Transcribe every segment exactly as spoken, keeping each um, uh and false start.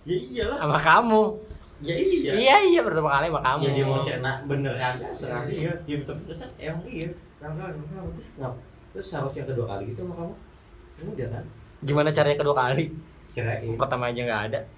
Ya iyalah. Sama kamu. Ya iya. Iya iya pertama kali sama kamu. Ya dia mau cerita beneran ya serah dia. Dia betul betul emang iya. Karena terus ngap. Terus harus yang kedua kali gitu sama kamu. Ini udah kan? Gimana caranya kedua kali? Kirain. Pertama aja nggak ada.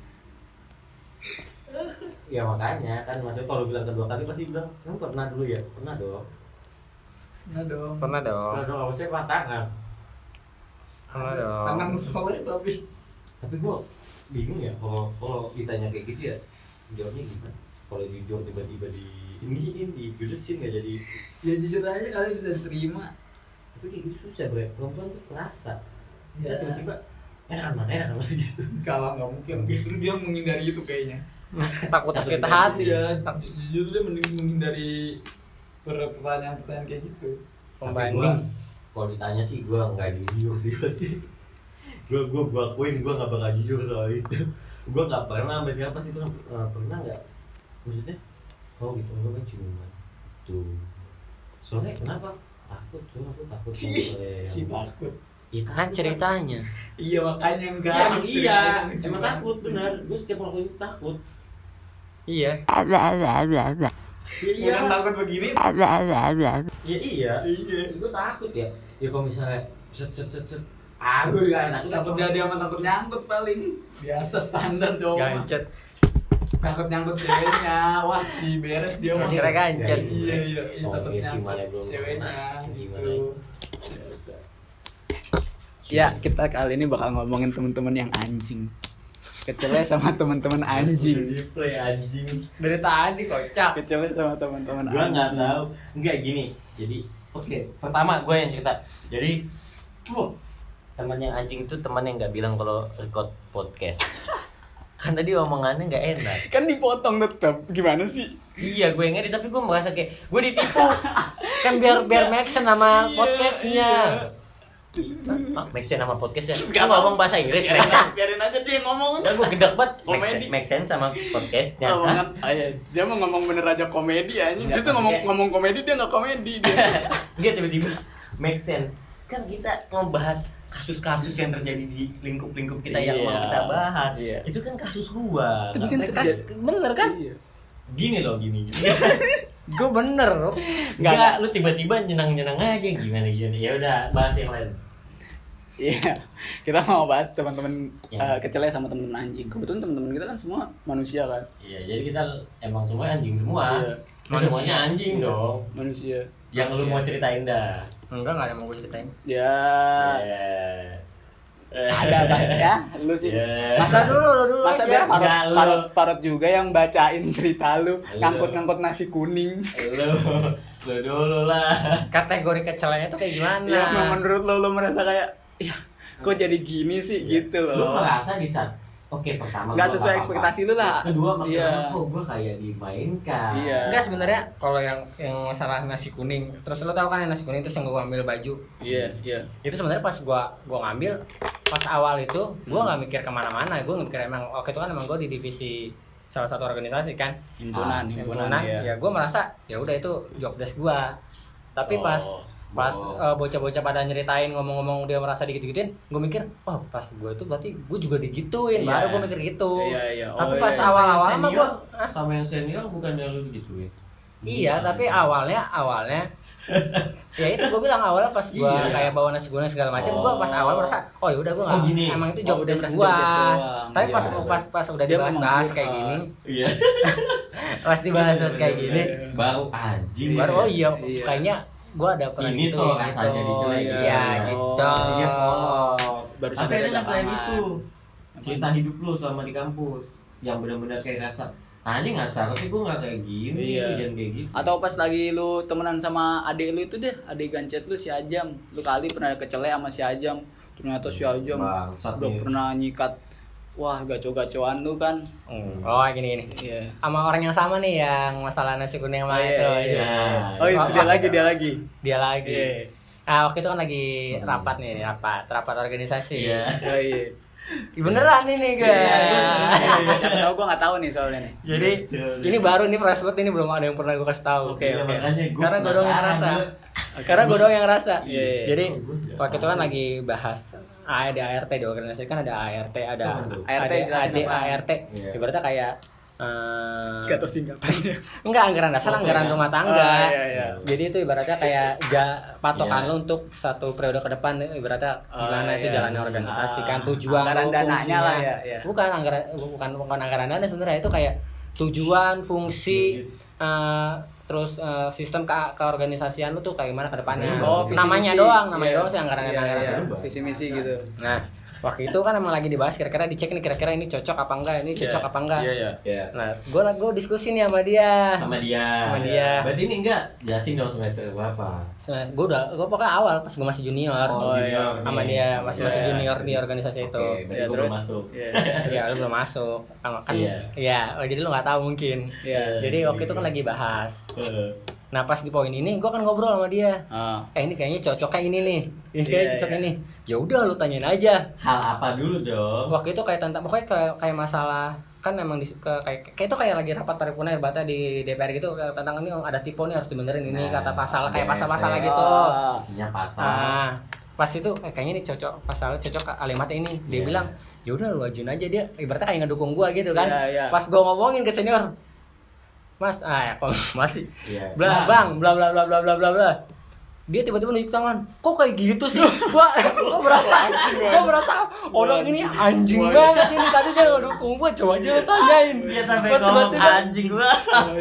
Ya makanya kan maksudnya kalau bilang kedua kali pasti bilang kamu pernah dulu ya? Pernah dong. Pernah dong. Pernah dong. Pernah dong. Maksudnya patangan. Pernah dong. Tangan soleh tapi. Tapi gua bingung ya kalau kalau ditanya kayak gitu ya jawabnya gimana? Kalau jujur tiba-tiba di ini ini dijudesin nggak jadi? Ya jujur aja kali bisa diterima. Tapi kayak gitu susah bre. Perempuan tuh rasa. Ya. Ya tiba-tiba enak mana enak mana gitu. Kalau nggak mungkin, justru dia menghindari itu kayaknya. Takut sakit hati. Ya, jujur dia mending menghindari pertanyaan-pertanyaan kayak gitu. Pembanding. Kalau ditanya sih gue nggak jujur sih pasti. Gue gue gue akuin gue nggak bakal jujur soal itu. Gue nggak pernah sampai sekarang pasti gue nggak pernah nggak. Maksudnya, oh gitu gue kan cuma tuh. Soalnya kenapa? Takut tuh aku takut. Si takut. Ya, Kan ceritanya. Iya makanya enggak. Ya, emang iya, Ceritanya emang cuma- takut benar. Gue setiap ngelakuin itu takut. Iya. Ya, Bukan takut begini. Ya iya. Iya. Gue takut ya. Ya kalau misalnya set set set set. Ah, gue gak takut. Takut jadi sama takut nyangkut paling. Biasa standar cowok. mah. Gancet. Takut nyangkut ceweknya. Wah sih beres dia mah. Kira gancet. Iya iya, iya Oh, takut iya, nyangkut gimana belum ceweknya pernah. Gimana gitu. ya? Biasa. Ya, kita kali ini bakal ngomongin teman-teman yang anjing. Kecelnya sama teman-teman anjing. Di play anjing. Dari tadi kocak. Kecelnya sama teman-teman Gue anjing. nggak tahu. Enggak gini. Jadi, oke. Pertama gue yang cerita. Jadi, tuh teman yang anjing itu teman yang nggak bilang kalau record podcast. Kan tadi omongannya nggak enak. Kan dipotong tetap. Gimana sih? Iya, gue ngedit tapi gue merasa kayak gue ditipu. Kan biar biar make sense sama Iya, podcastnya. Make sense sama podcastnya. Gak Gue ngomong bahasa Inggris. Make sense. Biarin aja dia ngomong. Ya gue gedek banget. Make Komedi. sense- Make sense sama podcastnya. Ngomongan, ah, iya. Dia mau ngomong bener aja komedi anjing. Enggak, Justru ngomong maksudnya- ngomong komedi dia nggak komedi dia. Enggak tiba-tiba make sense. Kan kita ngebahas kasus-kasus yang terjadi di lingkup-lingkup kita yang mau Iya. kita bahas. Iya. Itu kan kasus gua. Tapi Nggak- kan Kas- bener kan? Iya. Gini loh gini. Gue bener loh. Nggak, Enggak, lu tiba-tiba nyenang-nyenang aja gimana gini. Ya udah, bahas yang lain. Iya, kita mau bahas teman-teman Ya. eh, kecelnya sama teman-teman anjing. Kebetulan teman-teman kita kan semua manusia kan. Iya, jadi kita emang semua anjing semua. Iya. Nah, semuanya anjing dong. Manusia. Yang lu mau ceritain dah. Enggak enggak ada mau gue ceritain. Ya, Eh. ada bahas ya. Lu sih. Ya. Masa dulu lu dulu Masa aja. biar parot, Enggak, lu. parot, parot juga yang bacain cerita lu, Lu. ngangkut-ngangkut nasi kuning. Lu, lu dulu lah. Kategori kecelanya itu kayak gimana? Ya, menurut lu lu merasa kayak, ya, kok jadi gini sih gitu Lu loh. merasa di saat oke pertama Nggak gua sesuai apa-apa. ekspektasi lu lah. Kedua makin Iya. kok gua kayak dimainkan. Iya. Enggak sebenarnya kalau yang yang masalah nasi kuning, terus lo tau kan yang nasi kuning terus yang gue ambil baju. Iya, iya. Itu sebenarnya pas gua gua ngambil pas awal itu gua nggak mikir kemana-mana, gua mikir emang oke itu kan emang gua di divisi salah satu organisasi kan, Himpunan, himpunan, himpunan. iya. Ya gua merasa ya udah itu job desk gua. Tapi Oh, pas pas oh. eh, bocah-bocah pada nyeritain ngomong-ngomong dia merasa digit-gitin, gue mikir, oh pas gue itu berarti gue juga digituin, Iya. baru gue mikir gitu. Iya, iya. Oh, Tapi iya, pas iya. awal-awal mah gue, Senior, sama yang senior bukan yang lu gitu ya. iya tapi awalnya awalnya ya itu gue bilang awalnya pas gue Iya. kayak bawa nasi kuning segala macam, gue pas awal merasa, oh yaudah gue nggak, Oh, gini. emang itu Oh, job udah desk merasa gue. job desk doang. Tapi pas Iya. pas pas udah Dia dibahas-bahas memang kayak pure gini, Iya. pas dibahas-bahas kayak gini, Baru anjing. baru oh iya, Iya. kayaknya gue ada pernah Ini gitu, tuh gitu. rasanya dicelek. Iya gitu. Iya polos. Baru Tapi sampai ada ada nggak selain lapangan. itu? Cerita hidup lu selama di kampus yang benar-benar kayak rasa anjing nggak seharusnya gue nggak kayak gini Iya. dan kayak gitu. Atau pas lagi lu temenan sama adik lu itu deh, adik gancet lu si Ajam. Lu kali pernah kecelek sama si Ajam. Ternyata si Ajam Bangsat udah nih. pernah nyikat. Wah, gaco-gacoan lu kan. Oh gini gini. Iya. Sama orang yang sama nih yang masalah nasi kuning sama Oh, iya, itu. iya, itu. iya. Oh, itu dia Waktu lagi, itu- dia lagi. Dia lagi. Iya. Nah waktu itu kan lagi rapat nih, rapat, rapat organisasi. Iya. Oh, iya. Ih, beneran ini guys. Iya, siapa tahu gua enggak tahu nih soalnya nih. Jadi ini baru nih fresh banget, ini belum ada yang pernah gue kasih tahu. Oke, Iya, oke. makanya gua Karena gue doang yang penasaran, ngerasa. gua. Karena gue doang yang ngerasa. Iya, iya. Jadi Oh, gua nggak waktu itu tahu. kan lagi bahas ada A R T di organisasi kan ada A R T, ada Oh, A R T ada jelasin A D apa? A R T. Iya. Ibaratnya kayak eh, Gak tau singkatannya. enggak anggaran dasar, Oh, anggaran iya. rumah tangga. Oh, iya, iya. Jadi itu ibaratnya kayak ja, patokan Iya. lo untuk satu periode ke depan, ibaratnya Oh, gimana itu iya. jalannya organisasi kan, Ah, tujuan anggaran lo, dananya fungsinya. lah ya, iya. Bukan anggaran bukan bukan anggaran dana sebenarnya, itu kayak tujuan, fungsi, eh, terus eh, sistem ke keorganisasian lu tuh kayak gimana ke depannya. Oh, visi namanya misi. doang, namanya Iya. doang sih anggaran Iya, anggaran. iya. Berubah. Visi misi gitu. Nah, waktu itu kan emang lagi dibahas kira-kira dicek nih kira-kira ini cocok apa enggak, ini cocok apa enggak. Iya, iya. Ya. Nah, gue gue diskusi nih sama dia. Sama dia. Sama dia. Berarti ini enggak jelasin dong semester berapa? Gue udah, gue pokoknya awal pas gue masih junior. Oh, iya. Sama nih. dia masih masih Iya. junior di organisasi itu. Oke, berarti Iya, gua terus belum masuk. Iya. Iya, lu belum masuk. Sama kan? Iya. Iya, oh, jadi lu nggak tahu mungkin. Iya. Jadi waktu itu kan lagi bahas. Heeh. Nah, pas di poin ini gue kan ngobrol sama dia. Ah. Eh, ini kayaknya cocok kayak ini nih. Ini kayaknya Iya, cocok iya. ini. Ya udah lu tanyain aja. Hal apa dulu dong? Waktu itu kayak tentang pokoknya kayak, kayak masalah kan emang di, ke, kayak kayak itu kayak lagi rapat paripurna ibaratnya di D P R gitu, kayak tentang ini ada tipe nih harus dibenerin ini Nah, kata pasal kayak ada pasal-pasal R T. gitu. Ah. Isinya pasal. Nah, pas itu eh, kayaknya ini cocok pasal cocok ke alimat ini. Dia Iya. bilang, "Ya udah lu ajuin aja." Dia ibaratnya kayak ngedukung gua gitu kan. Iya, iya. Pas gua ngomongin ke senior, "Mas, ah ya kok masih Iya. bla bang bla bla bla bla bla bla bla." Dia tiba-tiba nunjuk tangan. Kok kayak gitu sih? Gua gua merasa gua merasa orang ini anjing banget ini. Tadi dia ngedukung gua, coba aja lu tanyain. Dia sampai Gua ngomong tiba-tiba- anjing gua.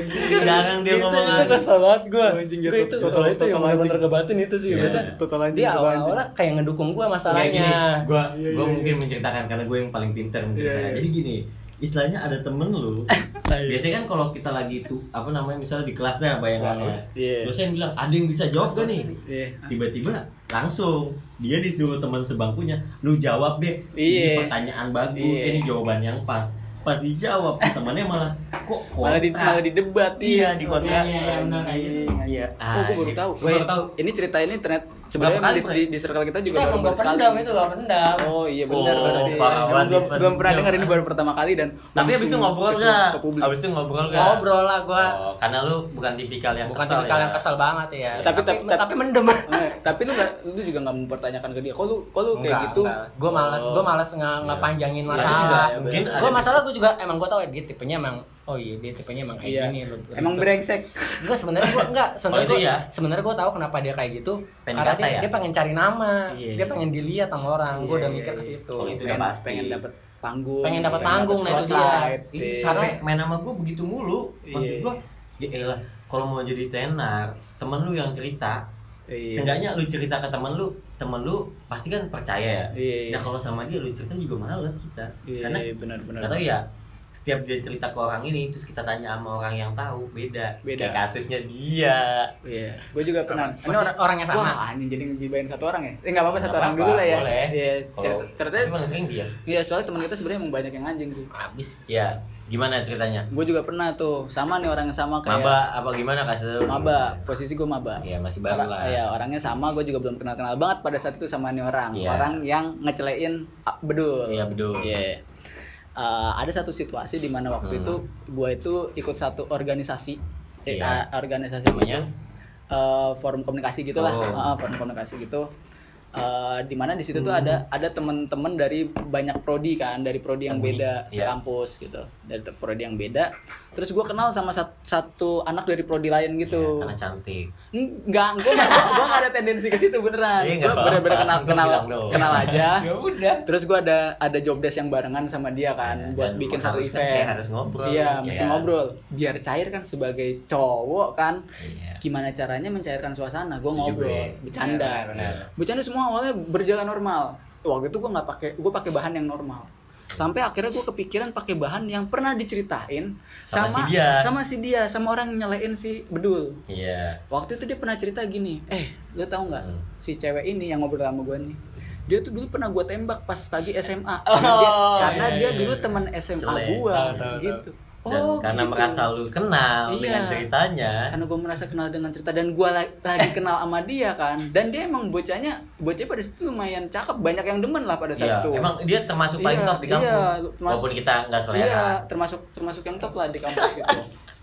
Jangan dia itu, ngomong itu anjing. kesel banget gue. Anjing Gue gitu, itu total- kalau itu yang total benar-benar anjing. kebatin itu sih. Iya. Berarti Total anjing, dia total awal-awal kayak ngedukung gue Kayak masalahnya. gini, gua Iya, gua iya, mungkin menceritakan karena gue yang paling pintar menceritakan. Iya, iya. Jadi gini, istilahnya ada temen lu. Biasanya kan kalau kita lagi tuh apa namanya misalnya di kelasnya bayangannya. Iya. Dosen bilang, "Ada yang bisa jawab gak nih?" Iya. Tiba-tiba langsung dia disuruh teman sebangkunya, "Lu jawab deh. Iya. Ini pertanyaan bagus, Iya. ini jawaban yang pas." Pas dijawab, si temannya malah kok Malah di malah di debat Iya, di kontra. Iya, benar, kayak gitu. Iya. Oh, gue baru tahu. Gue baru tahu. Ini cerita ini ternyata sebenarnya Berapa kali, di, Pak? di, di circle kita Itu juga emang baru gue sekali. pendam itu gak pendam. Oh iya benar Oh, berarti. parah Emang banget, belum Ivan. belum pernah dengar ini baru pertama kali dan Tapi abis itu langsung ngobrol ke- gak? ke publik. Abis itu ngobrol gak? Ngobrol lah gue. Oh, karena lu bukan tipikal yang Bukan kesel tipikal ya? yang kesel banget ya. Tapi- tapi tapi- tapi mendem. Eh, tapi lu gak, lu juga nggak mempertanyakan ke dia. Kok lu kok lu kayak gitu? Gue malas, Oh. gue malas nge- ngepanjangin Iya, masalah. juga Iya, mungkin bener. Gue ada- masalah gue juga emang gue tau ya dia tipenya emang oh iya dia tipenya emang kayak Iya. gini lu. Emang brengsek. Enggak sebenarnya gue enggak sebenarnya Oh, itu gue ya? sebenarnya gue tahu kenapa dia kayak gitu Pengen karena kata dia, ya? dia pengen cari nama, Iya. dia pengen dilihat sama orang. Gue Iya, udah iya, mikir ke iya. situ. Kalau itu udah pengen, pasti. pengen dapat panggung. Pengen dapat pengen panggung, dapet nah itu dia. spotlight. Ih, Iya. sampai main sama gue begitu mulu. Maksud Iya. gue, ya elah, kalau mau jadi tenar, temen lu yang cerita, Iya. seenggaknya lu cerita ke temen lu, temen lu pasti kan percaya ya. Iya, iya. Nah kalau sama dia lu cerita juga males kita, Iya, karena benar-benar. nggak tahu ya. Setiap dia cerita ke orang ini, terus kita tanya sama orang yang tahu, beda. Beda. Kayak kasusnya dia. Iya, gue juga pernah. Ini orang, orang yang sama. Wah, anjing jadi ngegibain satu orang ya? Eh nggak apa-apa Nggak satu orang apa-apa, dulu lah ya. boleh. Iya, Kalau- cerita, ceritanya. Tapi paling sering dia. Iya, soalnya teman kita sebenarnya emang banyak yang anjing sih. Habis. Ya, gimana ceritanya? Gue juga pernah tuh, sama nih orang yang sama kayak. Maba apa gimana kasus? Maba, posisi gue maba. Ya masih baru Orang- lah. Iya, orangnya sama, gue juga belum kenal-kenal banget pada saat itu sama nih orang. Iya. Orang yang ngecelein ah, bedul. Iya betul. Iya. Eh, ada satu situasi di mana waktu Hmm. itu gue itu ikut satu organisasi, eh, Iya. ah, organisasi Namanya? itu, eh, forum komunikasi gitulah, Oh. Ah, forum komunikasi gitu. Eh, di mana di situ tuh ada ada teman-teman dari banyak prodi kan, dari prodi yang Prodi, beda iya. sekampus gitu, dari te- prodi yang beda. Terus gue kenal sama sat- satu anak dari prodi lain gitu. Karena cantik. Enggak, gue gue gak ada tendensi ke situ beneran. Iya, Gue nggak apa-apa. bener-bener kenal Gua kenal bilang doang. kenal aja. Ya udah. Terus gue ada ada job desk yang barengan sama dia kan, Ya, buat dan bikin satu harus kan event. kayak harus ngobrol. Iya, Ya mesti kan? ngobrol. Biar cair kan sebagai cowok kan. Iya. Gimana caranya mencairkan suasana? Gue Setuju ngobrol, gue. bercanda. Benar, benar. Bercanda semua awalnya berjalan normal. Waktu itu gue nggak pakai, gue pakai bahan yang normal. Sampai akhirnya gue kepikiran pakai bahan yang pernah diceritain Sama sama si dia. sama si dia, sama orang yang nyalain si Bedul. Iya. Waktu itu dia pernah cerita gini, eh lu tahu nggak Hmm. si cewek ini yang ngobrol sama gue nih, dia tuh dulu pernah gue tembak pas lagi S M A karena dia, Oh, karena iya, dia iya, dulu iya. teman S M A Jelek. gue Tahu, tahu, gitu. Dan Oh, karena gitu. merasa lu kenal Iya. dengan ceritanya. Karena gue merasa kenal dengan cerita dan gue la- lagi kenal sama dia kan, dan dia emang bocahnya bocahnya pada situ lumayan cakep, banyak yang demen lah pada saat Iya, itu. emang dia termasuk paling Iya, top di kampus. iya, termasuk- Walaupun kita nggak selera. Iya, termasuk termasuk yang top lah di kampus gitu.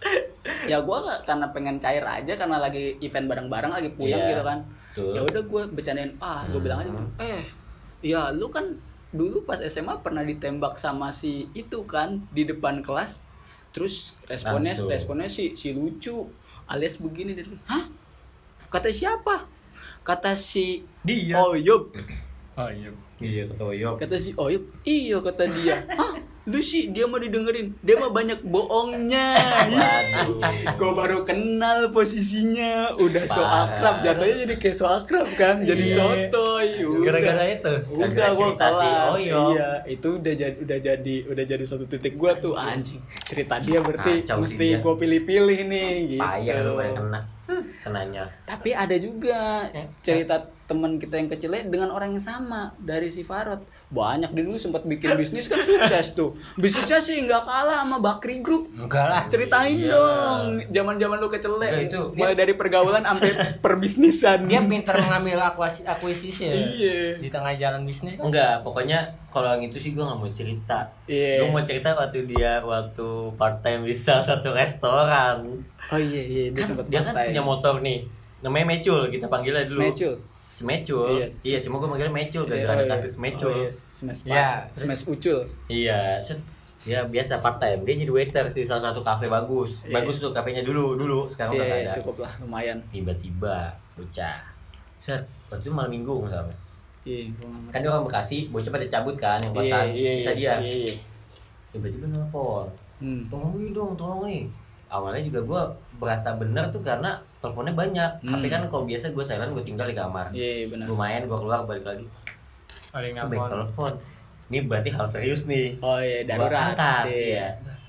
Ya gue karena pengen cair aja karena lagi event bareng-bareng, lagi puyeng Iya, gitu kan. betul. Ya udah gue bercandain, ah gue Hmm. bilang aja gitu, eh Ya lu kan dulu pas S M A pernah ditembak sama si itu kan di depan kelas. Terus responnya Langsung. responnya si si lucu alias begini dari hah? Kata siapa? Kata si Dia. Oyub. Oh iya. Iya ketoyok. Kata si Oyub, iya kata dia. Hah? Lu sih dia mah didengerin. Dia mah banyak bohongnya. Waduh. Gue baru kenal posisinya. Udah so Parah. akrab. Jatuhnya jadi kayak so akrab kan. Jadi Iya. sotoy. Udah. Gara-gara itu. Udah Gara-gara gue cerita si kalah. Oyok. Iya, itu udah jadi udah jadi udah jadi satu titik gue tuh anjing. Cerita dia berarti Kacau sih mesti dia. gue pilih-pilih nih gitu. Payah lu yang kena. Kenanya. Tapi ada juga Ya. cerita teman kita yang kecilnya dengan orang yang sama dari si Farod. Banyak dia dulu sempat bikin bisnis kan sukses tuh. Bisnisnya sih nggak kalah sama Bakri Group. Enggak lah. Ceritain Iya. dong, zaman-zaman lu kecele. Enggak, itu- mulai dari pergaulan sampai perbisnisan. Dia pintar mengambil akuasi akuisisi ya. Iya. Di tengah jalan bisnis kan. Enggak, pokoknya kalau yang itu sih gue nggak mau cerita. Iya. Gue mau cerita waktu dia waktu part time di salah satu restoran. Oh iya iya dia Kan sempat dia kan punya motor nih, namanya Mecul, kita panggilnya dulu. Mecul. Semecul. Iya. Iya, cuma gue manggilnya Mecul Iya, gara-gara oh ada iya. kasus Mecul. Oh iya, smash Iya, ya, terus- smash ucul. Iya, set. Dia biasa part time, dia jadi waiter di salah satu kafe bagus. Iya. Bagus tuh kafenya dulu, dulu sekarang udah nggak Iya, ada. cukup lah, lumayan. Tiba-tiba bocah. Set, waktu itu malam minggu misalnya. Iya, gua nggak Kan dia orang Bekasi, bocah pada cabut kan yang ngerti. kosan. Iya, Bisa iya, dia. Iya, iya. Tiba-tiba nelfon. Hmm. Tolongin dong, tolongin. Awalnya juga gue berasa bener tuh karena teleponnya banyak. Hmm. Tapi kan kalau biasa gue silent, gue tinggal di kamar. Iya, benar. Lumayan gue keluar balik lagi. Ada yang Gue baik telepon. Ini berarti hal serius nih. Oh iya, Gua darurat. angkat, Iya. iya.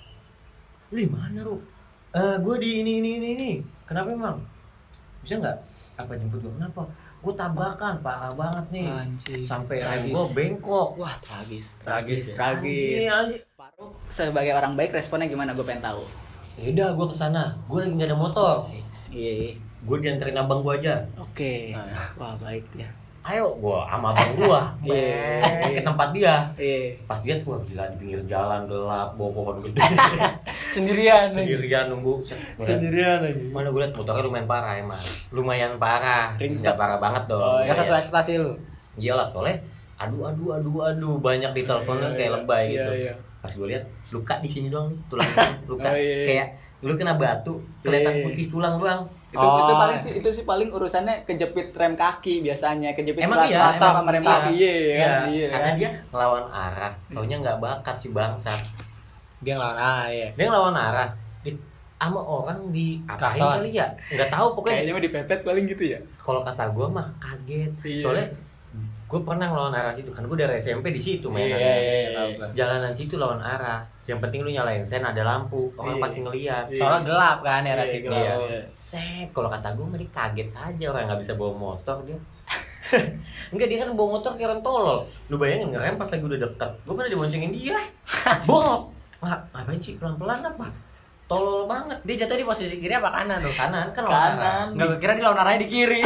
Lu di mana, Ru? Eh, gue di ini ini ini ini. Kenapa emang? Bisa nggak? Apa jemput gue? Kenapa? Gue tabrakan, parah banget nih. Anjing. Sampai rem Tragis. gue bengkok. Wah, tragis, Tragis tragis, ya? tragis. Anjing, anjing. Faruk sebagai orang baik responnya gimana? Gue pengen tahu. Ya udah, gue kesana. Gue lagi nggak ada motor. Iya. Gue dianterin abang gue aja. Oke. Nah. Wah, baik dia. Ayo, gue sama abang gue. Iya. ke tempat dia. Iya. Pas dia tuh gila di pinggir jalan gelap, bawa pohon gede. Sendirian lagi. Sendirian nunggu. Sendirian lagi. Mana gue liat motornya lumayan parah emang. Lumayan parah. Ringsek. Nggak parah banget dong. Oh, Enggak iya. sesuai ekspektasi lu. Iyalah soalnya aduh aduh aduh aduh banyak di teleponnya Iya, kayak iya. lebay Iya, gitu. iya. Pas gue lihat luka di sini doang nih, tulang luka Oh, iya, iya. kayak lu kena batu, kelihatan Iya, iya. putih tulang doang. Itu Oh. itu paling sih itu sih paling urusannya kejepit rem kaki biasanya, kejepit Emang selas iya, rata emang sama rem iya. kaki. Iya, iya, kan? Iya, karena kan? dia ngelawan arah, taunya nggak bakat si bangsat. Dia ngelawan ah iya. Dia ngelawan arah di sama orang di apain Kasar. kali ya? Nggak tahu pokoknya. Kayaknya mah dipepet paling gitu ya. Kalau kata gue mah kaget. Iya. Soalnya gue pernah ngelawan arah situ kan gue dari S M P di situ mainan. Iya, iya, iya. Jalanan situ lawan arah. Yang penting lu nyalain sen ada lampu, orang Iya. pasti ngeliat. Iya. Soalnya gelap kan era Iya, situ. gelap. Iya. Set, kalau kata gue dia kaget aja orang nggak bisa bawa motor dia. Enggak, dia kan bawa motor kayak orang tolol. Lu bayangin ngerem pas lagi udah deket. Gue pernah diboncengin dia. Bok. Nggak, ngapain sih pelan-pelan apa? Tolol banget. Dia jatuh di posisi kiri apa kanan tuh? Kanan kan lawan arah. Kanan. Enggak, gue kira dia lawan arahnya di kiri.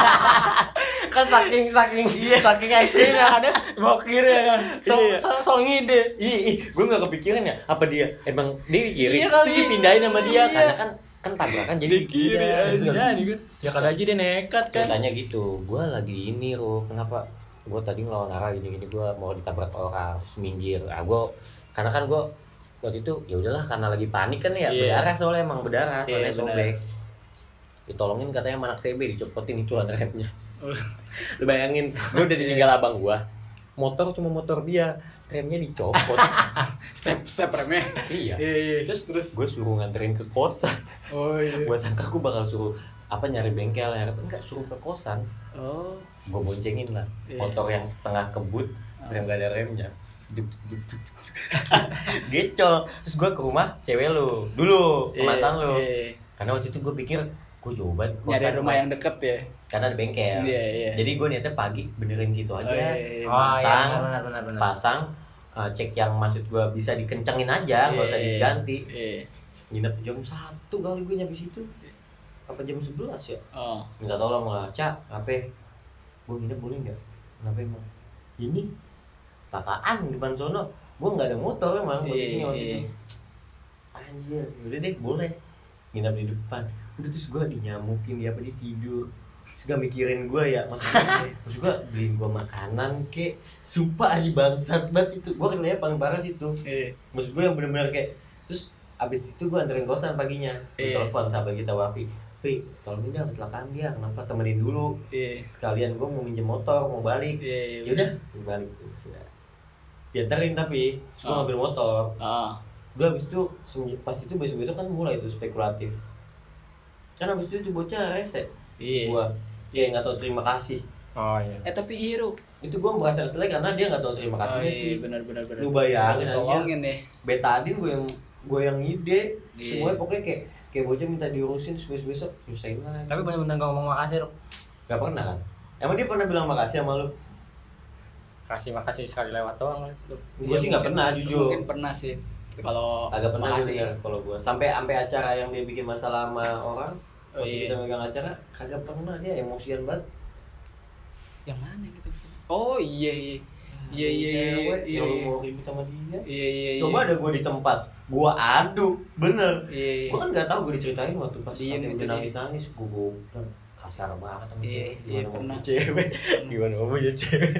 Kan saking saking saking ekstrimnya ada bawa kiri ya kan. So, Iya. so, so ngide. Ih, ih gue nggak kepikiran ya. Apa dia emang dia di kiri? Iya kali. Terus dipindahin sama dia Iya. karena kan kan tabrakan jadi Di kiri, iya, anjing. terus Ya, kan. Ya kali aja dia nekat kan. ceritanya gitu. Gue lagi ini Ru, kenapa? Gue tadi ngelawan arah gini-gini gue mau ditabrak orang, terus minggir. Ah gue karena kan gue waktu itu ya udahlah karena lagi panik kan ya, Iya. berdarah soalnya emang berdarah, soalnya Iya, benar. sobek. Ditolongin katanya sama anak C B, dicopotin itu ada remnya. Lu bayangin, gue udah ditinggal abang gue. Motor cuma motor dia, remnya dicopot. Step step remnya. Iya. Iya, iya. Terus terus gue suruh nganterin ke kosan. Oh iya. Gue sangka gue bakal suruh apa nyari bengkel ya, enggak suruh ke kosan. Oh. Gue boncengin lah Iya. motor yang setengah kebut, rem gak ada remnya. Duk, duk, duk, duk. Gecol. Terus gue ke rumah cewek lu dulu, ke mantan lu. Iya. Karena waktu itu gue pikir gue coba Nyari rumah yang deket ya. karena ada bengkel. Iya, iya. Jadi gue niatnya pagi benerin situ aja. Oh, iya, iya. Oh iya, Pasang, benar benar benar. pasang, uh, cek yang maksud gue bisa dikencengin aja, nggak usah Iya, diganti. Iya. Nginep jam satu kali gue nyampe situ. Apa jam sebelas ya? Oh. Minta tolong lah, Cak, apa? Gue nginep boleh nggak? Kenapa emang? Ini takaan di depan sono. Gue nggak ada motor emang posisinya waktu Iya. itu. Anjir, udah deh boleh. Nginep di depan. Udah terus gue dinyamukin dia apa dia tidur. Terus Gak mikirin gue ya, maksudnya maksud gue beliin gue makanan kek, sumpah aja bangsat banget itu. Gue kenanya paling parah sih itu. Iya. Maksud gue yang bener-bener kayak, terus abis itu gue anterin kosan paginya, gue Iya. telepon sahabat kita Wafi, Fi, tolongin dia kecelakaan dia, kenapa temenin dulu. Iya. Sekalian gue mau minjem motor, mau balik. Iya. Yaudah, gue balik. Dianterin tapi, terus gue Oh. ngambil motor. Ah. Gue abis itu, pas itu besok-besok kan mulai tuh spekulatif. Kan abis itu tuh bocah rese. Iya. Gue, ya nggak tahu terima kasih. Oh iya. Eh tapi iya Ru. Itu gue merasa jelek karena dia nggak tahu terima Oh, kasihnya iya, sih. benar-benar benar. Lu bayangin aja. Tolongin deh. Betadin gue yang gue yang ngide, Iya. semuanya pokoknya kayak kayak bocah minta diurusin terus besok nyusahin lagi. Tapi bener-bener gak ngomong makasih Ruk. Gak pernah kan? Emang dia pernah bilang makasih sama lu? Kasih makasih sekali lewat doang. Gue Iya, sih nggak mungkin- pernah jujur. Mungkin pernah sih. Kalau Agak pernah makasih. dengar kalau gue. Sampai sampai acara yang dia bikin masalah sama orang, Oh, waktu iya. kita megang acara, kagak pernah dia emosian banget. Yang mana gitu? Oh iya iya. Iya iya iya. Cewek Iya yang lu iya. mau ribut sama dia. Iya iya. iya. Coba ada gue di tempat, gue adu, bener. Iya iya. Gue kan nggak tahu gue diceritain waktu pas Diem sampai itu udah dia. nangis nangis, gue gue kasar banget sama Iya, cewek. iya, Gimana mau pernah. punya cewek? Gimana mau punya cewek?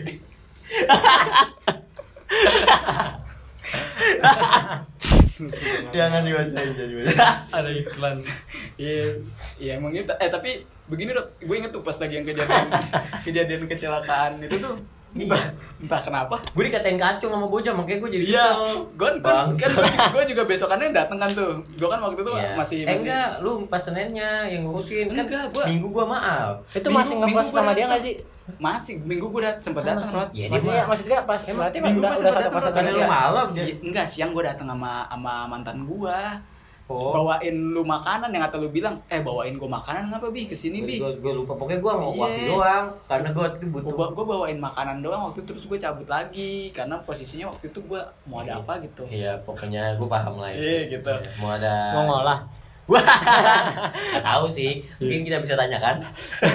Jangan diwajain, jangan diwajain. Ada iklan. Iya, iya emang gitu. Eh tapi begini dok, gue inget tuh pas lagi yang kejadian kejadian kecelakaan itu tuh entah, entah kenapa. Gue dikatain kacung sama bocah, makanya gue jadi Iya, kesel. gue kan, Bangsat. kan gue juga besokannya dateng kan tuh. Gue kan waktu itu Iya. masih eh masih enggak, lu pas Seninnya yang ngurusin kan. Enggak, gua- Minggu gua maaf. Itu Minggu- masih minggu ngepost gua sama dia datang. gak sih? masih minggu gue udah sempet Kan datang masih- Rod. Iya, dia Maksudnya, mah- maksudnya pas berarti Minggu udah gua udah sempet satu datang, pas Rod. Kan lu Enggak, malam si- dia. enggak siang gue datang sama sama mantan gue. Oh. Bawain lu makanan yang kata lu bilang, eh bawain gue makanan ngapa bi kesini bi? Gue gue lupa, pokoknya gue mau Iya. waktu doang karena gue waktu itu butuh. Gue gue bawain makanan doang waktu itu terus gue cabut lagi karena posisinya waktu itu gue mau ada apa gitu. Iya, pokoknya gue paham lah itu. Iya, gitu. Iya, mau ada. Mau ngolah. Wah, nggak tahu sih. Mungkin kita bisa tanyakan.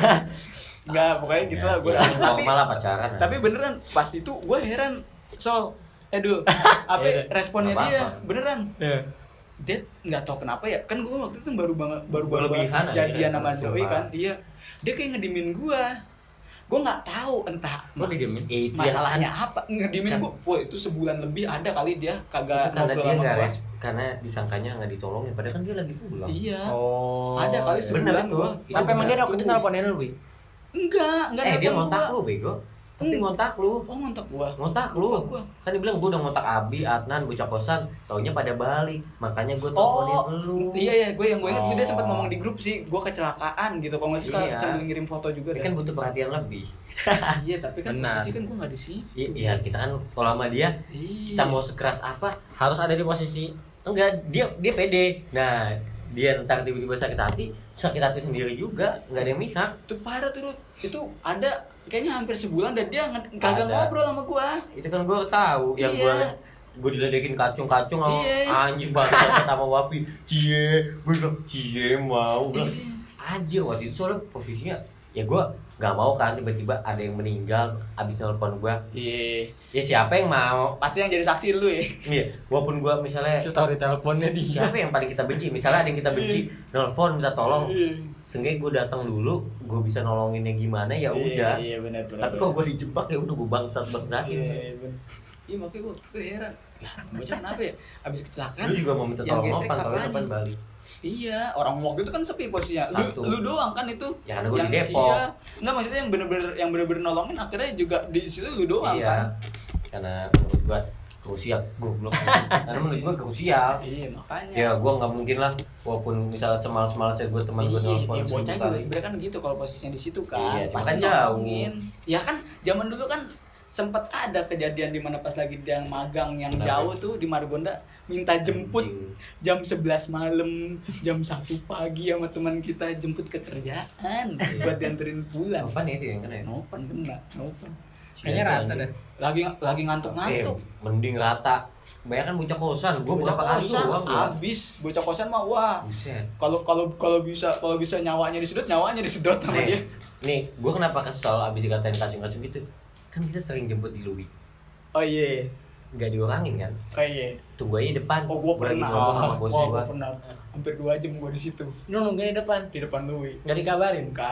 Enggak, pokoknya gitu lah gue. Ya, Tapi malah pacaran. tapi beneran pas itu gue heran so eh dul apa Iya, responnya nggak dia apa-apa. beneran Iya. dia nggak tahu kenapa ya kan gue waktu itu baru banget baru baru Berlebihan banget aja jadian kan, sama doi sumpah. kan iya dia kayak ngedimin gue gue nggak tahu entah Gue didiemin. Ya, itu masalahnya ya, apa ngedimin kan- gue wah itu sebulan lebih ada kali dia kan, kagak itu karena ngobrol dia sama nggak gue res, karena disangkanya nggak ditolongin. Padahal kan dia lagi pulang. iya Oh. ada kali iya. sebulan Bener itu. gue Itu Tapi emang dia bener. waktu itu nelponin lu, Wi? enggak enggak Eh dia nelpon ngontak gua. lu bego. Tapi Hmm. ngontak lu. oh ngontak gue Ngontak lu. Ngontak gua. Kan dia bilang gue udah ngontak Abi, Adnan, bocah kosan. Taunya pada balik. Makanya gue teleponin Oh, lu. iya ya, gue yang gue ingat dia Oh. sempat ngomong di grup sih, gue kecelakaan gitu. Kalau nggak sih Iya. sambil ngirim foto juga Dia deh. kan butuh perhatian lebih. Iya, tapi kan Benar. posisi kan gue nggak di situ. I- Iya, kita kan kalau sama dia Iya. kita mau sekeras apa? Harus ada di posisi. Enggak, dia dia pede. Nah, dia ntar tiba-tiba sakit hati, sakit hati sendiri juga, nggak ada yang mihak. Itu parah tuh, Rut. Itu ada kayaknya hampir sebulan dan dia nge- kagak Ada. ngobrol sama gue. Itu kan gue tahu yang Iya. gue gue diledekin kacung-kacung sama Iya. anjing banget sama Wapi. Cie, gue bilang cie mau gue. Iya. Anjir waktu itu soalnya posisinya ya gue nggak mau kan tiba-tiba ada yang meninggal abis nelpon gue. Iya. Ya siapa yang mau? Pasti yang jadi saksi lu ya. Iya, walaupun gue misalnya Story teleponnya dia. siapa yang paling kita benci? Misalnya ada yang kita benci, nelpon minta tolong. Iya. Seenggaknya gue datang dulu, gue bisa nolonginnya gimana ya udah. Iya, iya benar benar. Tapi kalau gue dijebak ya udah gue bangsat bangsatin. Iya, benar. Iya, makanya gue gue heran. Lah, bocah kenapa ya? Abis kecelakaan. Lu juga mau minta yang tolong gesrek apa? Tahu apanya? depan balik. Iya, orang waktu itu kan sepi posisinya. Lu, Satu. lu doang kan itu. Ya, karena gua di Depok. Iya. Enggak maksudnya yang bener-bener yang bener-bener nolongin akhirnya juga di situ lu doang Iya. kan. Karena menurut gue krusial, goblok. Karena menurut gue krusial. Iya, makanya. Ya gue nggak mungkin lah, walaupun misalnya semalas-malasnya gue teman gue Iya, nelfon ya bocah seribu juga kali. sebenarnya kan gitu kalau posisinya di situ kan. Iya, cuma Pasti kan jauh. nolongin. Ya kan zaman dulu kan sempet ada kejadian di mana pas lagi dia magang yang Kenapa? jauh tuh di Margonda minta jemput Anjing. jam sebelas malam, jam satu pagi sama teman kita jemput ke kerjaan Iya. buat dianterin pulang. Apa nih itu yang kena ya? Nopan kena, nopan. Kayaknya rata deh. Lagi lagi Eh, ngantuk-ngantuk. mending rata. Kebanyakan bocah kosan, gue Bocah berapa kali kosan doang gua. abis, bocah kosan mah wah. Buset. Kalau kalau kalau bisa kalau bisa nyawanya disedot, nyawanya disedot sama dia. Nih, nih gue kenapa kesel abis dikatain kacung-kacung gitu? Kan kita sering jemput di Louis. Oh iya. Nggak diulangin kan? Oh iya. Tunggu aja di depan. Oh gua Gua lagi pernah. ngomong sama Oh, bosnya gua gua. pernah. Hampir dua jam gua di situ. Lu nungguin di depan. Di depan Louis. Nggak dikabarin. Kak,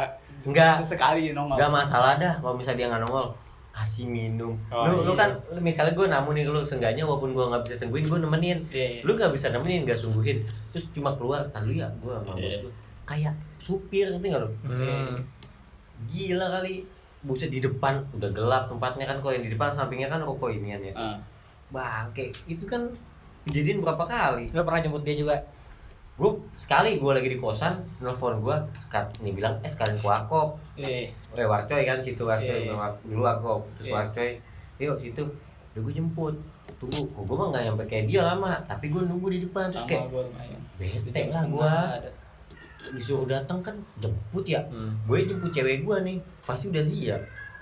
Enggak. Sesekali nongol. Enggak masalah dah kalau misalnya dia nggak nongol, kasih minum. Oh, lu iya. lu kan misalnya gue namun nih lu seenggaknya walaupun gue nggak bisa sungguhin gue nemenin. Iya. Lu nggak bisa nemenin nggak sungguhin, terus cuma keluar tadi ya gue sama bos Iya. gue kayak supir ngerti nggak lu? Hmm. Gila kali. Buset di depan udah gelap tempatnya kan, kalau yang di depan sampingnya kan ruko inian ya. Ah. Bangke, itu kan kejadian berapa kali? Lu pernah jemput dia juga? Gue sekali gue lagi di kosan, nelfon gue, nih bilang eh sekalian ke Warkop, Iya. eh Warcoy kan situ Warcoy, Iya. dulu Warkop, terus Iya. Warcoy, yuk situ, udah gue jemput, tunggu, kok gue mah nggak nyampe kayak dia lama, tapi gue nunggu di depan terus kayak Sama gua lumayan. bete Jam lah setengah gua. ada. disuruh datang kan jemput ya, Hmm. gue jemput cewek gue nih, pasti udah siap.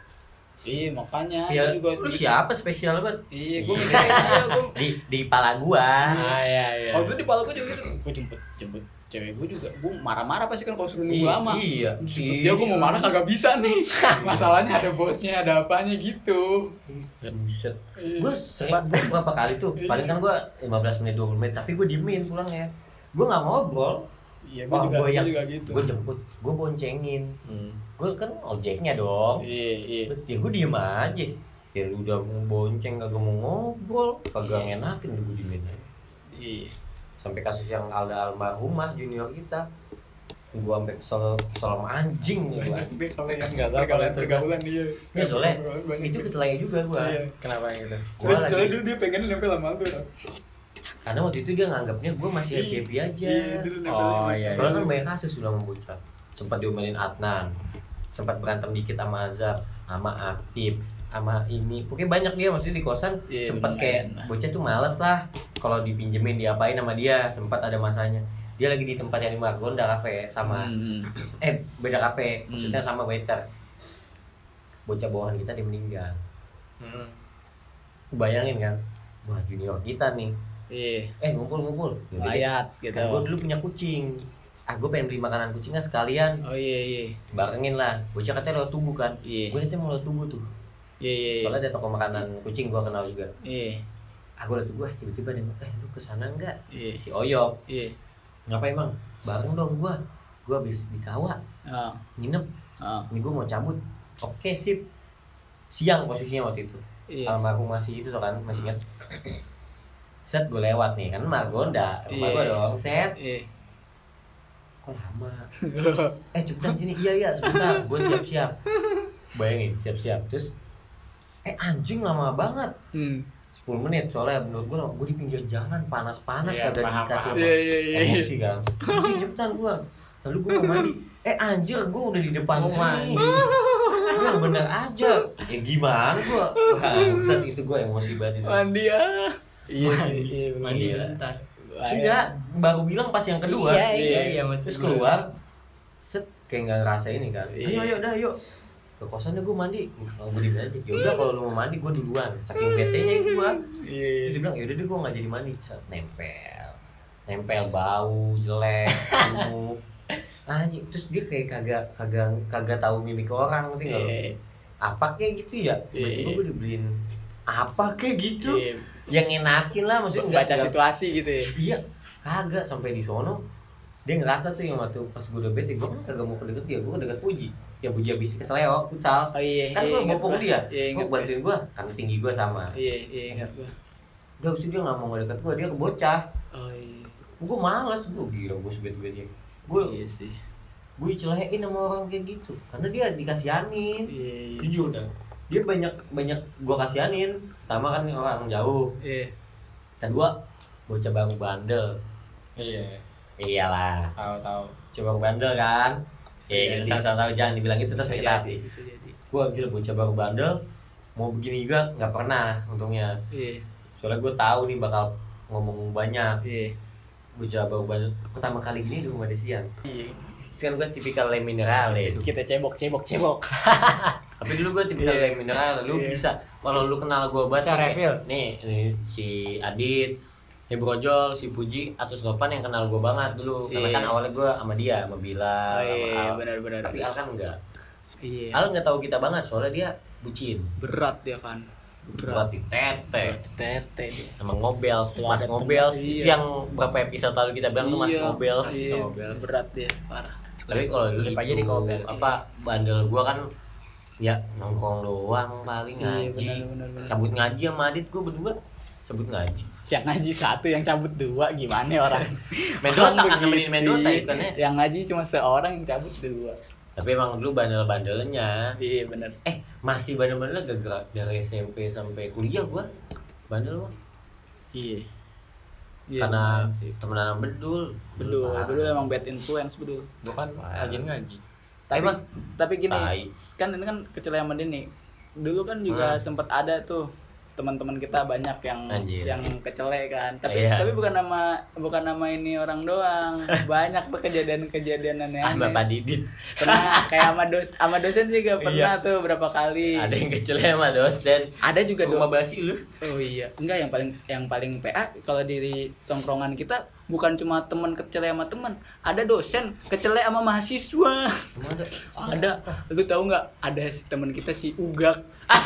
Iya makanya Ya, gua lu siapa spesial banget? Iya, gua mikirnya iya, gua di di kepala gua. Ah iya iya. waktu itu di kepala gua juga gitu. Gua jemput jemput cewek gua juga. Gua marah-marah pasti kan kalau suruh nunggu Iya, lama. iya. Jemput dia gua mau marah kagak bisa nih. Masalahnya ada bosnya, ada apanya gitu. Buset. Iya. Gue sering gue berapa kali tuh, paling kan gue lima belas menit dua puluh menit, tapi gue diemin pulangnya. Gue nggak ngobrol. Iya, gua Wah, juga gua gua yang- juga gitu. Gue jemput, gue boncengin. Hmm. Gue kan ojeknya dong. Iya, iya. Ya gue diem aja. Ya lu udah mau bonceng kagak mau ngobrol, kagak Iya. ngenakin gue diemin aja. Iya. Sampai kasus yang Alda almarhumah junior kita, gue sampai kesel kesel sama anjing nih gue. Kalau yang Nggak tahu kalau itu. pergaulan iya. Ya soalnya Banyak. itu ketelanya juga gue. Iya. Kenapa yang itu? Gua Soalnya, lagi- soalnya dulu dia pengen nempel sama lu. Karena waktu itu dia nganggapnya gue masih happy happy aja. Iya, dulu nempel Oh, sama- iya, Soalnya kan banyak kasus sudah membocor. Sempat diomelin Adnan, sempat berantem dikit sama Azhar, sama Apip, sama ini. Pokoknya banyak dia maksudnya di kosan. Iya, Sempat bener. kayak bocah tuh males lah kalau dipinjemin diapain sama dia. Sempat ada masanya. Dia lagi di tempat yang di Margonda Cafe sama Hmm. eh beda kafe, Hmm. maksudnya sama waiter. Bocah bawahan kita dia meninggal. Hmm. Bayangin kan, wah junior kita nih. Iya. Eh ngumpul-ngumpul. Yaudah deh. Layat gitu. Kan gue dulu punya kucing. Ah gue pengen beli makanan kucingnya sekalian. Oh iya iya. Barengin lah. Bocah katanya lewat tubuh kan. Iya. Gue nanti mau lewat tubuh tuh. Iya iya. iya. Soalnya ada toko makanan kucing gue kenal juga. Iya. Ah gue lewat tubuh, eh tiba-tiba dia eh lu kesana enggak? Iya. Si Oyok. Iya. Ngapain emang? Bareng dong gue. Gue habis di Kawa. Ah. Nginep. Ah. Ini gue mau cabut. Oke sip. Siang posisinya waktu itu. Iya. Almarhum masih itu tuh kan, masih ingat. Set gue lewat nih kan Margonda. Rumah Iya. gue dong. Set. Iya. Kok lama? Eh cepetan sini. Iya iya sebentar. Gue siap-siap. Bayangin siap-siap. Terus eh anjing lama banget. Hmm. sepuluh menit soalnya menurut gue gue di pinggir jalan panas-panas Iya, kagak paham, dikasih paham. apa. Iya iya iya. Emosi kan. Anjing cepetan gue. Lalu gue mau mandi. Eh anjir gue udah di depan Mau sini. mandi. Gue yang bener aja. Ya gimana gue? Bangsat itu gue emosi banget itu. Mandi ah. Iya iya iya. Mandi Iya. bentar. Enggak, baru bilang pas yang kedua. Iya iya iya Terus maksud keluar, set kayak nggak ngerasa ini kan. Iya. Ayo ayo dah yuk. Ke kosan deh gue mandi. Kalau gue di aja. Ya udah kalau lu mau mandi gue duluan. Saking betenya itu gue. Iya. Terus dia bilang ya udah deh gue nggak jadi mandi. Set nempel, nempel bau jelek, bau. Anjing, terus dia kayak kagak kagak kagak tahu mimik orang ngerti nggak lu? Iya. Apa kayak gitu ya? Tiba-tiba Iya. gue dibeliin apa kayak gitu? Iya. Yang enakin lah maksudnya nggak- Baca nggak- situasi gitu ya. Iya, kagak sampai di sono. Dia ngerasa tuh yang waktu pas gue udah bete, gue kan kagak mau kedeket dia, gue deket Puji. Yang Puji habis keseleo, futsal. Oh iya. Kan iya, gue ingat bopong gua. dia, Iya gue ingat. bantuin gue, karena tinggi gue sama. Iya iya ingat gua. Udah abis itu dia nggak mau ngedeket gue, dia kebocah. Oh iya. Gue malas, gue gila gue sebet-betnya. Gue Iya sih. gue dicelehin sama orang kayak gitu, karena dia dikasihanin. Iya. iya. Jujur dah, dia banyak banyak gue kasihanin. Pertama kan orang jauh, Iya. kedua bocah baru bandel. Iya. Iyalah, Tahu tahu. coba bandel kan. Bisa Ya kita jadi. sama-sama tahu jangan dibilang itu terus Bisa kita. jadi, bisa jadi. Gua gila bocah baru bandel, mau begini juga nggak pernah untungnya. Iya. Soalnya gue tahu nih bakal ngomong banyak. Iya. Bocah baru bandel pertama kali gini di rumah Desian. Iya. Kan gue tipikal lem mineral ya. Kita cebok cebok cebok. Tapi dulu gue tipikal Iya. lem mineral. Lu Iya. bisa kalau lu kenal gue banget. Bisa nih, refill. Nih, nih si Adit, si Brojol, si Puji atau Sopan yang kenal gue banget dulu. Karena Iya. kan awalnya gue sama dia, sama Bila, Oh sama iya Al. benar-benar. Tapi Al kan enggak. Iya. Al nggak tahu kita banget soalnya dia bucin. Berat dia kan. Buat Berat. di tete Tete dia. sama Ngobels, Kalau Mas ada Ngobels temen, itu iya. yang berapa episode lalu kita bilang tuh Mas Iya, Ngobels. iya, Ngobels. berat dia parah. Tapi kalau dulu Lip aja gitu, di cover. apa bandel gua kan ya nongkrong doang paling Iya, ngaji. benar, benar, benar. Cabut ngaji sama Adit gua berdua cabut ngaji. Siang ngaji satu yang cabut dua gimana orang? Main Orang Dota kan begitu. nemenin main Dota ikannya. Yang ngaji cuma seorang yang cabut dua. Tapi emang dulu bandel-bandelnya. Iya benar. Eh, masih bandel-bandelnya gara-gara dari S M P sampai kuliah gua. Bandel mah. Iya. Iya, Karena benar sih. temenan sama Bedul. Bedul, parah. bedul emang bad influence bedul. Gua kan rajin ngaji. Tapi Emang? tapi gini, Tai. kan ini kan kecelakaan sama dia nih. Dulu kan juga Hmm. sempat ada tuh teman-teman kita banyak yang Anjir. yang kecele kan. Tapi Iya. tapi bukan nama bukan nama ini orang doang. Banyak tuh kejadian-kejadian Ah, aneh-aneh. Bapak Didit. Pernah kayak sama dos sama dosen juga pernah Iya. tuh berapa kali. Ada yang kecil sama dosen. Ada juga Rumah do- basi lu. Oh iya, enggak yang paling yang paling P A kalau di tongkrongan kita bukan cuma teman kecele sama teman, ada dosen kecele sama mahasiswa. Emang ada? Ada, lu tahu nggak? Ada si teman kita si Ugak.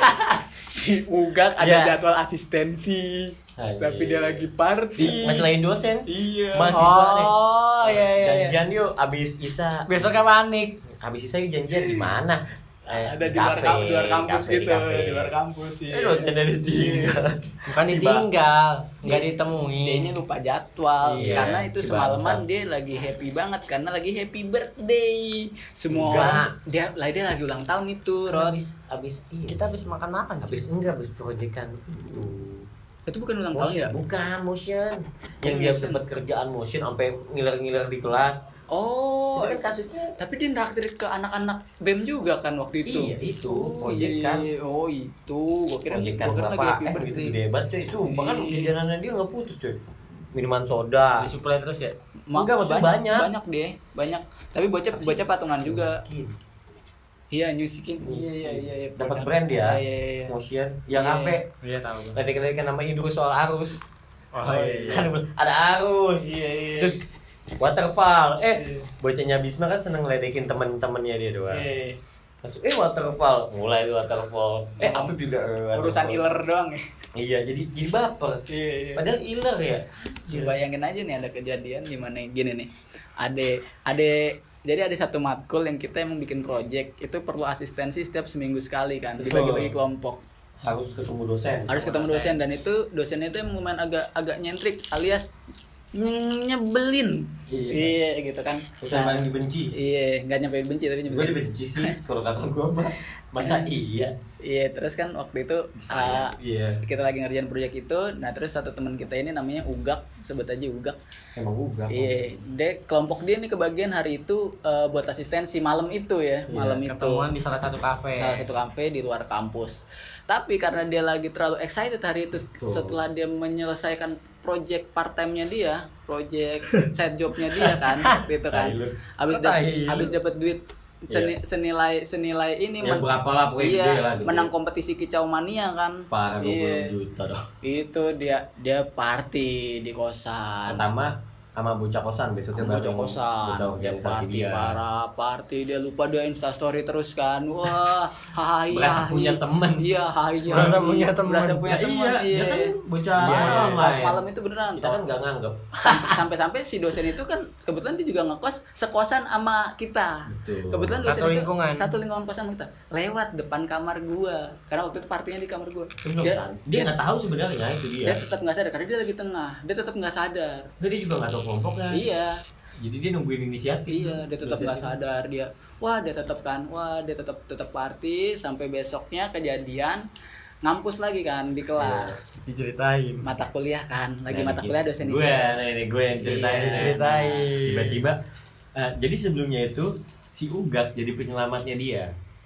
Si Ugak ada Ya. jadwal asistensi, Anjir. tapi dia lagi party. Ngecelain dosen. Iya. Mahasiswa nih. Oh, iya iya. iya. Janjian yuk abis Isa. Besoknya panik. Abis Isa yuk janjian di mana? Eh, Ada di luar, kafe, kamp- di luar kampus kafe, gitu, kafe. di luar kampus sih. Eh dosen dari tinggal. Bukan Si ditinggal, nggak Dia- ditemuin. Dianya lupa jadwal Iya, karena itu si semalaman bangsat. dia lagi happy banget karena lagi happy birthday. Semua Enggak. orang dia lah dia lagi ulang tahun itu, Rod. Abis abis iya. Kita habis makan-makan. Abis enggak abis proyekan itu. Itu bukan ulang tahun Motion, ya? bukan motion. Yang Oh, dia motion. dapat kerjaan motion sampai ngiler-ngiler di kelas. Oh, Itu kan kasusnya. tapi dia naktir ke anak-anak B E M juga kan waktu itu. Iya, itu Oh, proyek kan. iya. Oh, itu. Gua kira Proyekan gua kira lagi bapak. happy Eh, itu birthday. gede banget coy. Sumpah kan Iya. jajanannya dia nggak putus coy. Minuman soda. Disuplai terus ya. Ma- Enggak, maksudnya banyak. Banyak deh, banyak. Tapi bocah Apa sih? bocah patungan juga. Miskin. Iya, New Skin. Iya, iya, iya, iya. Dapat produk. brand dia. Iya, iya, iya. Motion. Yang Iya. apa? Iya tahu. Tadi kan nama Indro soal arus. Oh Kan ada arus. Iya, iya. Terus waterfall. Eh, Iya. bocahnya Bisma kan seneng ngeledekin temen-temennya dia doang. Eh, Langsung eh waterfall, mulai waterfall. Eh, Oh. apa juga eh, waterfall. urusan iler doang ya. Iya, jadi jadi baper. Iya, iya. Padahal iler ya. Ya, bayangin aja nih ada kejadian di mana gini nih. Ade ade jadi ada satu matkul yang kita emang bikin project itu perlu asistensi setiap seminggu sekali kan, dibagi-bagi kelompok. Harus ketemu dosen. Harus ketemu dosen dan itu dosennya itu emang lumayan agak agak nyentrik alias nye- nyebelin. Iya. Iya gitu kan. Dosen paling dibenci. Iya, nggak nyampe benci tapi Gue nyebelin. dibenci sih kalau kata gue mah. Masa iya? Iya, terus kan waktu itu Saya, uh, iya. kita lagi ngerjain proyek itu, nah terus satu teman kita ini namanya Ugak, sebut aja Ugak. Emang uga. Iya, dia kelompok dia nih kebagian hari itu uh, buat asistensi malam itu ya, Iya, malam itu. Ketemuan di salah satu kafe. Salah satu kafe di luar kampus. Tapi karena dia lagi terlalu excited hari itu Betul. setelah dia menyelesaikan project part time-nya dia, project side job-nya dia kan, waktu itu kan. Tai lu. Habis Kok dapat tai lu? habis dapat duit seni- senilai senilai ini Ya men- berapa lah pokoknya iya, gede lah gitu. menang kompetisi kicau mania kan. Parah dua puluh Iya. juta dong. Itu dia dia party di kosan. Pertama sama bocah kosan besoknya Bocah bareng kosan, bocah dia organisasi party dia. parah, party dia lupa dia instastory terus kan, wah, hai, Berasa hai. punya temen. iya, hai, hai. Berasa punya temen. berasa punya Nah, teman, iya, dia kan bocah Iya, malam lah ya. malam itu beneran, Kita kan nggak nganggep. Sampai- sampai-sampai si dosen itu kan kebetulan dia juga ngekos sekosan sama kita. Betul. Kebetulan dosen Satu itu lingkungan. satu lingkungan kosan sama kita, lewat depan kamar gua, karena waktu itu partinya di kamar gua. Belum Dia, kan? Dia nggak tahu sebenarnya itu dia. dia tetap nggak sadar karena dia lagi tengah, dia tetap nggak sadar. Nggak, dia juga nggak tahu kelompoknya. Iya. Jadi dia nungguin inisiatif. Iya, dia tetap Dosen. nggak sadar dia. Wah, dia tetap kan. Wah, dia tetap tetap party sampai besoknya kejadian ngampus lagi kan di kelas. Diceritain. Mata kuliah kan, lagi Nah, mata dikit. kuliah dosen itu. Gue, nih, nih, gue yang ceritain. Iya. nih. Ceritain. Tiba-tiba, eh, jadi sebelumnya itu si Ugak jadi penyelamatnya dia.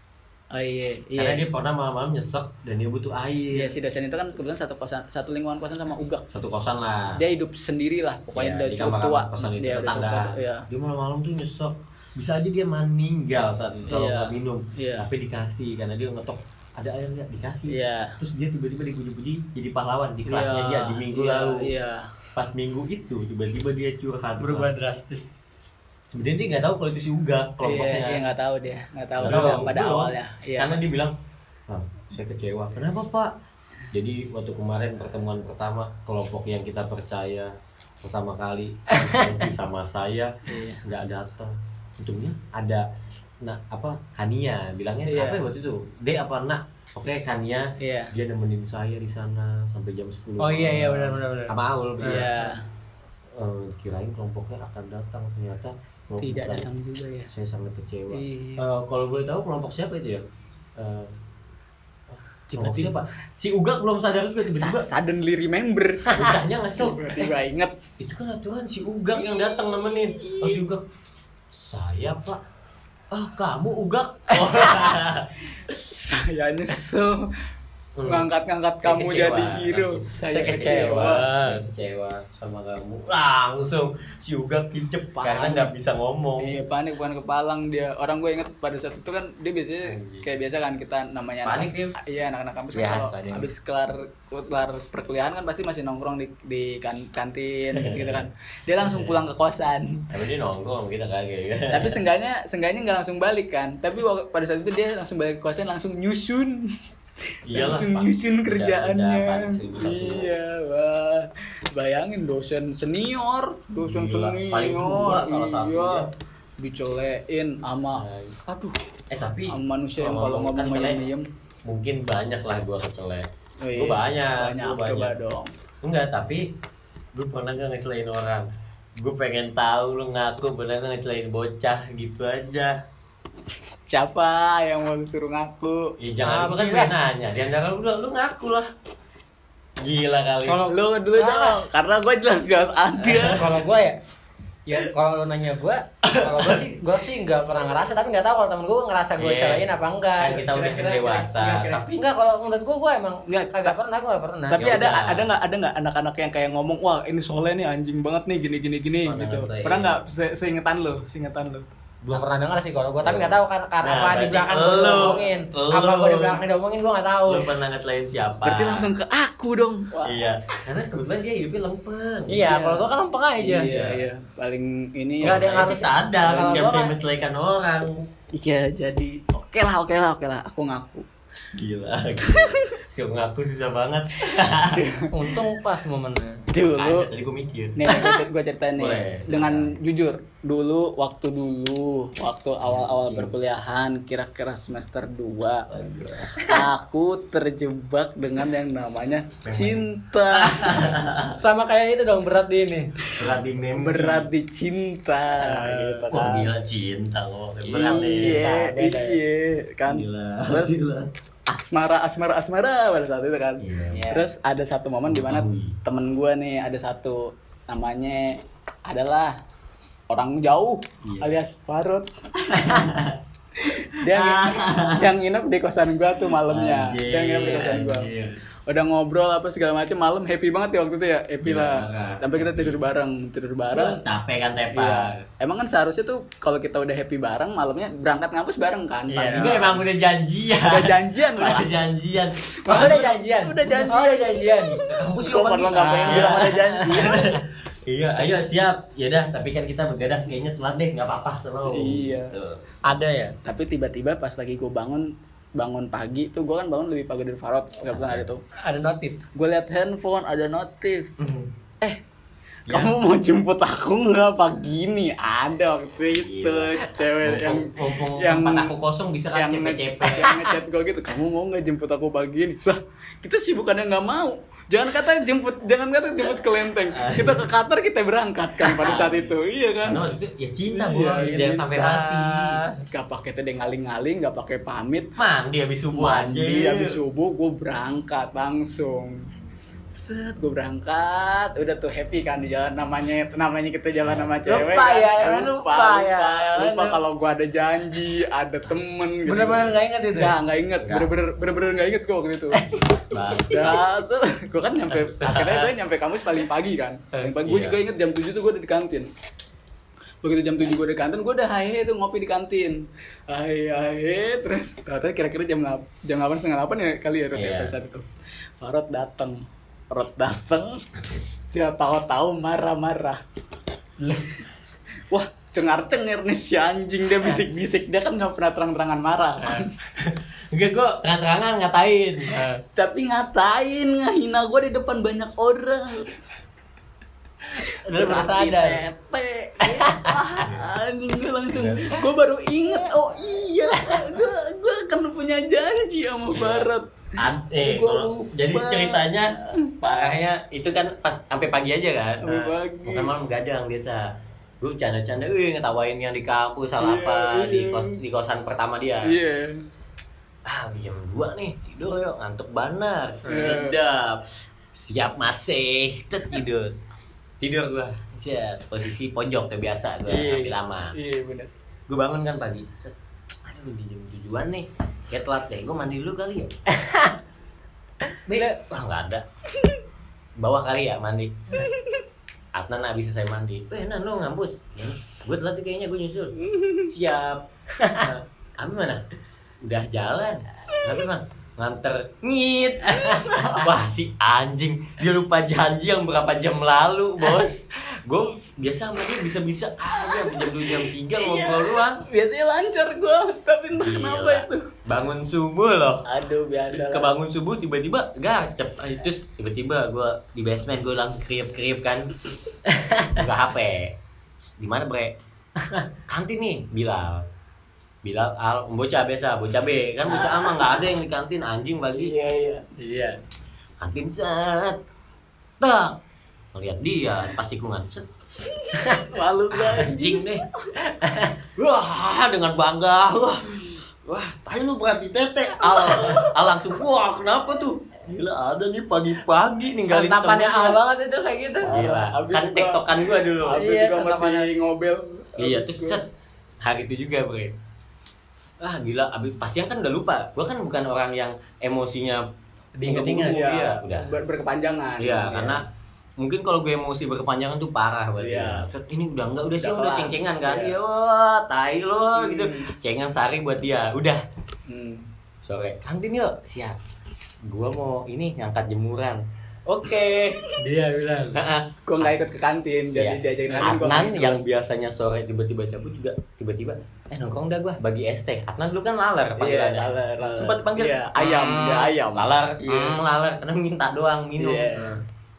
Oh iya, Karena iya. dia pernah malam-malam nyesek dan dia butuh Iya, air. si dosen itu kan kebetulan satu kosan, satu lingkungan kosan sama Ugak. Satu kosan lah. Dia hidup sendiri lah, pokoknya Iya, udah di cukup kamar-kamar tua. kosan itu Dia udah cukup tetangga. tua. Iya. Dia malam-malam tuh nyesek. Bisa aja dia meninggal saat itu kalau Iya. nggak minum. Iya. Tapi dikasih karena dia ngetok ada air nggak dikasih. Iya. Terus dia tiba-tiba dipuji-puji jadi pahlawan di kelasnya Iya, dia di minggu iya, lalu. Iya. Pas minggu itu tiba-tiba dia curhat. Berubah drastis. Sebenarnya dia nggak tahu kalau itu si Uga kelompoknya. Iya, iya nggak tahu dia, nggak tahu Belum, pada, pada belum. awalnya. Iya. Karena dia bilang, "Ah, saya kecewa. Kenapa Pak? Jadi waktu kemarin pertemuan pertama kelompok yang kita percaya pertama kali asistensi sama saya Iya. nggak datang. untungnya ada nah apa Kania bilangnya Iya. apa ya waktu itu dek apa nak oke Kania Iya. dia nemenin saya di sana sampai jam sepuluh Oh iya iya benar benar benar. sama Aul bener. Iya. Eh, kirain kelompoknya akan datang ternyata kelompok Tidak bukan. datang juga ya. Saya sangat kecewa. Iya. Eh, kalau boleh tahu kelompok siapa itu ya? Eh, kelompok Tiba-tiba. siapa? Si Uga belum sadar juga tiba-tiba. Sa- suddenly remember. Bocahnya nggak sih? Tiba-tiba inget. Itu kan aturan si Uga yang datang nemenin. Oh si Uga, saya pak. Ah kamu Uga. Oh. Saya nyesel Hmm. ngangkat-ngangkat Saya kamu kecewa, jadi hero. langsung. Saya Saya kecewa. kecewa. Saya kecewa sama kamu. Langsung si Uga kicep Panik. karena nggak bisa ngomong. Iya panik bukan kepalang dia. Orang gue inget pada saat itu kan dia biasanya Anjing. kayak biasa kan kita namanya Panik anak, dia. iya anak-anak kampus kan Biasa kalau dia. habis kelar kelar perkuliahan kan pasti masih nongkrong di di kan, kantin gitu kan. Dia langsung pulang ke kosan. Tapi dia nongkrong kita kaget. Tapi seenggaknya seenggaknya nggak langsung balik kan. Tapi wak- pada saat itu dia langsung balik ke kosan langsung nyusun. Iyalah, langsung Pak. nyusun Bocah- kerjaannya. bocah panik seribu satu. Iya, wah. Bayangin dosen senior, dosen Gila, senior. paling tua salah satu iya. dia. Dicelein sama Nice. aduh, Eh tapi sama manusia yang kalau ngomong-ngomong ngomong kan diem. mungkin banyak lah gua kecelek. Oh, iya. Gua banyak, Banyak, gua coba banyak. dong. Enggak, tapi gua pernah gak ngecelain orang. Gua pengen tahu lu ngaku bener gak ngecelain bocah gitu aja. Siapa yang mau disuruh ngaku? Ya jangan gua kan Ambil pengen lah. nanya. Di antara lu lu ngaku lah. Gila kali. Kalau Lu dulu Ah. dong, karena gue jelas-jelas ada. kalau gue ya ya kalau lu nanya gue kalau gue sih gue sih nggak pernah ngerasa tapi nggak tahu kalau temen gue ngerasa gue Iya. celain apa enggak Kan kita udah Kira-kira- dewasa, kira-kira- tapi enggak kalau menurut gue gue emang Nggak, kagak pernah gue nggak pernah Tapi Ya ada udah. ada nggak ada nggak anak-anak yang kayak ngomong wah ini soalnya nih anjing banget nih gini gini gini Pernah gitu. ngerasain. Pernah nggak se- seingetan lo, seingetan lo? belum pernah dengar sih kalau gue tapi nggak tahu kan karena Nah, apa di berarti belakang gue lu- diomongin apa gue di lu- belakang diomongin gue nggak tahu lu pernah ngecelain siapa? Berarti langsung ke aku dong. Wah. Iya, karena kebetulan dia hidupnya lempeng. iya kalau gue kan lempeng aja Iya, iya. Paling ini Nggak ada yang Saya harus- sih sadar kalau nggak gua bisa kan- mencelaikan orang. iya jadi oke lah, oke lah, oke lah. Aku ngaku. Gila, gila. Si ngaku susah banget. untung pas momennya Dulu Makanya tadi gue mikir. nih gue gue ceritain nih Boleh, silakan. dengan jujur dulu waktu dulu waktu awal-awal Anjing. perkuliahan kira-kira semester dua Astaga. aku terjebak dengan yang namanya cinta. sama kayak itu dong berat di ini Berat di meme. Berat di cinta gitu Wah kan. gila cinta loh. Berat nih. Iya, Beda ya. iya kan. Gila. Terus Gila. asmara, asmara, asmara pada saat itu kan. Iya. Terus ada satu momen di mana Ui. temen gue nih ada satu namanya adalah orang jauh Iya. alias Farod. Dia yang, yang nginep di kosan gua tuh malamnya. Dia yang nginep di kosan gua. Anjir. Udah ngobrol apa segala macam malam happy banget ya waktu itu ya. Happy Gila lah. banget. Sampai kita tidur bareng, tidur bareng. Capek kan tepa. Iya. Emang kan seharusnya tuh kalau kita udah happy bareng malamnya berangkat ngampus bareng kan. Iya. Pagi. Gue emang udah janjian. Udah janjian lah. Udah janjian. oh, udah janjian Udah janjian. oh udah janjian Kampus Gua pernah nggak pengen Ah. bilang udah janjian. Iya, ayo siap. Ya udah, tapi kan kita begadang kayaknya telat deh, nggak apa-apa selalu. Iya. Tuh. ada ya Tapi tiba-tiba pas lagi gue bangun bangun pagi tuh gue kan bangun lebih pagi dari Farod kebetulan hari itu. ada notif Gue liat handphone ada notif. Eh, Ya. kamu mau jemput aku nggak pagi ini? Ada waktu itu Gila. cewek yang Mumpung- mumpung yang tempat aku kosong bisa kan yang cepet-cepet. nge- yang ngechat gue gitu. Kamu mau nggak jemput aku pagi ini? Lah, kita sih bukannya nggak mau. Jangan kata jemput, jangan kata jemput ke Lenteng. Kita ke Qatar kita berangkat kan pada saat itu, iya kan? Karena waktu itu ya cinta Iya, bos, iya, jangan sampai cinta. mati. Gak pakai teh ngaling-ngaling, gak pakai pamit. Mandi habis subuh Mandi aja. habis subuh gue berangkat langsung. Set, gue berangkat, udah tuh happy kan di jalan namanya namanya kita jalan sama cewek. Lupa kan? ya, lupa lupa, ya, lupa, lupa lupa. kalau gue ada janji, ada temen gitu. bener-bener nggak inget itu Nggak, nggak inget, Nggak. bener-bener bener-bener nggak inget gue waktu itu. Bang. Ya, tuh, gue kan nyampe akhirnya gue nyampe kampus paling pagi kan. Paling pagi gue Iya. juga inget jam tujuh tuh gue udah di kantin. Begitu jam tujuh gue udah di kantin, gue udah hahe tuh ngopi di kantin. Hahe hahe terus ternyata kira-kira jam delapan, jam delapan setengah delapan ya kali ya Rod, ya, Iya. pada saat itu. Farod dateng, Farod dateng, dia tahu-tahu marah-marah. Wah, cengar-cengir nih si anjing, dia bisik-bisik, dia kan nggak pernah terang-terangan marah. Enggak, gue terang-terangan ngatain. Tapi ngatain ngehina gue di depan banyak orang. Udah baru sadar. Tete. Ah, anjing gue langsung gue baru inget, oh iya gue gue kan punya janji sama Barat. Ad, eh Gua kalau lupa. jadi ceritanya parahnya itu kan pas sampai pagi aja kan. Sampai pagi. Bukan malam gadang biasa. Gue canda-canda, wih ngetawain yang di kampus salah Iya, apa di iya. kos di kosan pertama dia. Iya. Ah jam dua nih tidur yuk ngantuk banar. Iya. Sedap. Siap masih tet tidur. Tidur gua. Set, posisi pojok kayak biasa gua sampai lama. Iya benar. Gue bangun kan pagi. Set. Aduh di jam tujuan nih. Kayak telat deh. Gue mandi dulu kali ya. Bila Wah nggak ada. Bawah kali ya mandi. Adnan abis selesai mandi. Eh Nan lo ngampus. Ya, gue telat tuh kayaknya gue nyusul. Siap. Nah, Abi mana? Udah jalan. Tapi bang nganter nyit. Wah si anjing. Dia lupa janji yang berapa jam lalu bos. Gue biasa sama dia bisa-bisa aja jam dua jam tiga ngobrol doang. Biasanya lancar gue, tapi entah kenapa Gila. itu. Bangun subuh loh. Aduh biasa. lah. Kebangun subuh tiba-tiba garcep. Ah, terus tiba-tiba gue di basement gue langsung kriep-kriep kan. Buka H P. Di mana bre? Kantin nih, Bilal. Bilal al bocah biasa, bocah B. Kan bocah A mah enggak ada yang di kantin anjing bagi. Iya iya. iya. Kantin set. Tak. Ngeliat dia pas tikungan. Set. Malu banget. Anjing deh. Wah, dengan bangga. Wah. Wah, tadi lu berarti tete. Al, al langsung wah, kenapa tuh? Gila, ada nih pagi-pagi ninggalin Santapannya temennya. Al banget itu kayak gitu. Gila, Abis kan juga- tektokan gua dulu. Abis Iya, juga sama-sama. masih ngobel. Iya, Abis terus gua- set hari itu juga, Bre. Ah, gila, abis pas siang kan udah lupa. Gua kan bukan orang yang emosinya Diinget-inget. Iya, Iya, udah. ber- berkepanjangan. Iya, karena mungkin kalau gue emosi berkepanjangan tuh parah buat Iya. dia. Set, ini udah enggak udah sih Udah udah kelar. ceng-cengan kan. Iya. Iya, wah, tai lo Hmm. gitu. Cengan sehari buat dia. Udah. Hmm. Sore kantin yuk, siap. Gua mau ini ngangkat jemuran. Oke. Dia bilang. Heeh. Gue nggak ikut ke kantin, jadi Iya. diajakin kantin gue Adnan yang biasanya sore tiba-tiba cabut juga tiba-tiba eh nongkrong dah gua bagi es teh. Adnan dulu kan laler Iya, panggilannya. laler, laler. Sempat dipanggil Iya, ayam, "Hmm, dia ayam. Laler, Iya. hmm, laler karena minta doang minum. Iya.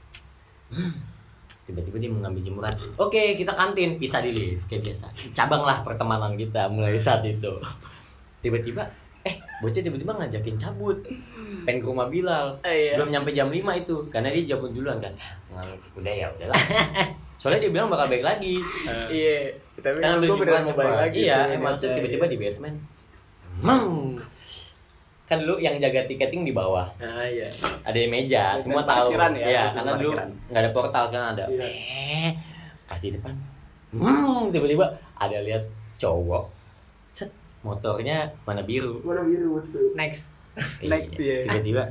Tiba-tiba dia mengambil jemuran. Oke, kita kantin, pisah di lift kayak biasa. Cabang lah pertemanan kita mulai saat itu. Tiba-tiba eh bocah tiba-tiba ngajakin cabut. Pengen ke rumah Bilal. Eh, iya. Belum nyampe jam lima itu karena dia cabut duluan kan. Nah, udah ya, udahlah. Soalnya dia bilang bakal balik lagi. Iya, tapi Karena gue beli beneran jemuran mau balik cepat. lagi. Iya, tuh, emang tuh ternyata, tiba-tiba iya. di basement. Hmm. Kan dulu yang jaga tiketing di bawah. Nah, iya. Ada di meja, Bukan semua tahu. parkiran ya, Iya, bukan karena dulu parkiran. nggak ada portal, sekarang ada. Iya. Eh, pas di depan. Hmm, tiba-tiba ada lihat cowok. Set, motornya warna biru. Warna biru tuh. Next. Next, Iya, iya. tiba-tiba.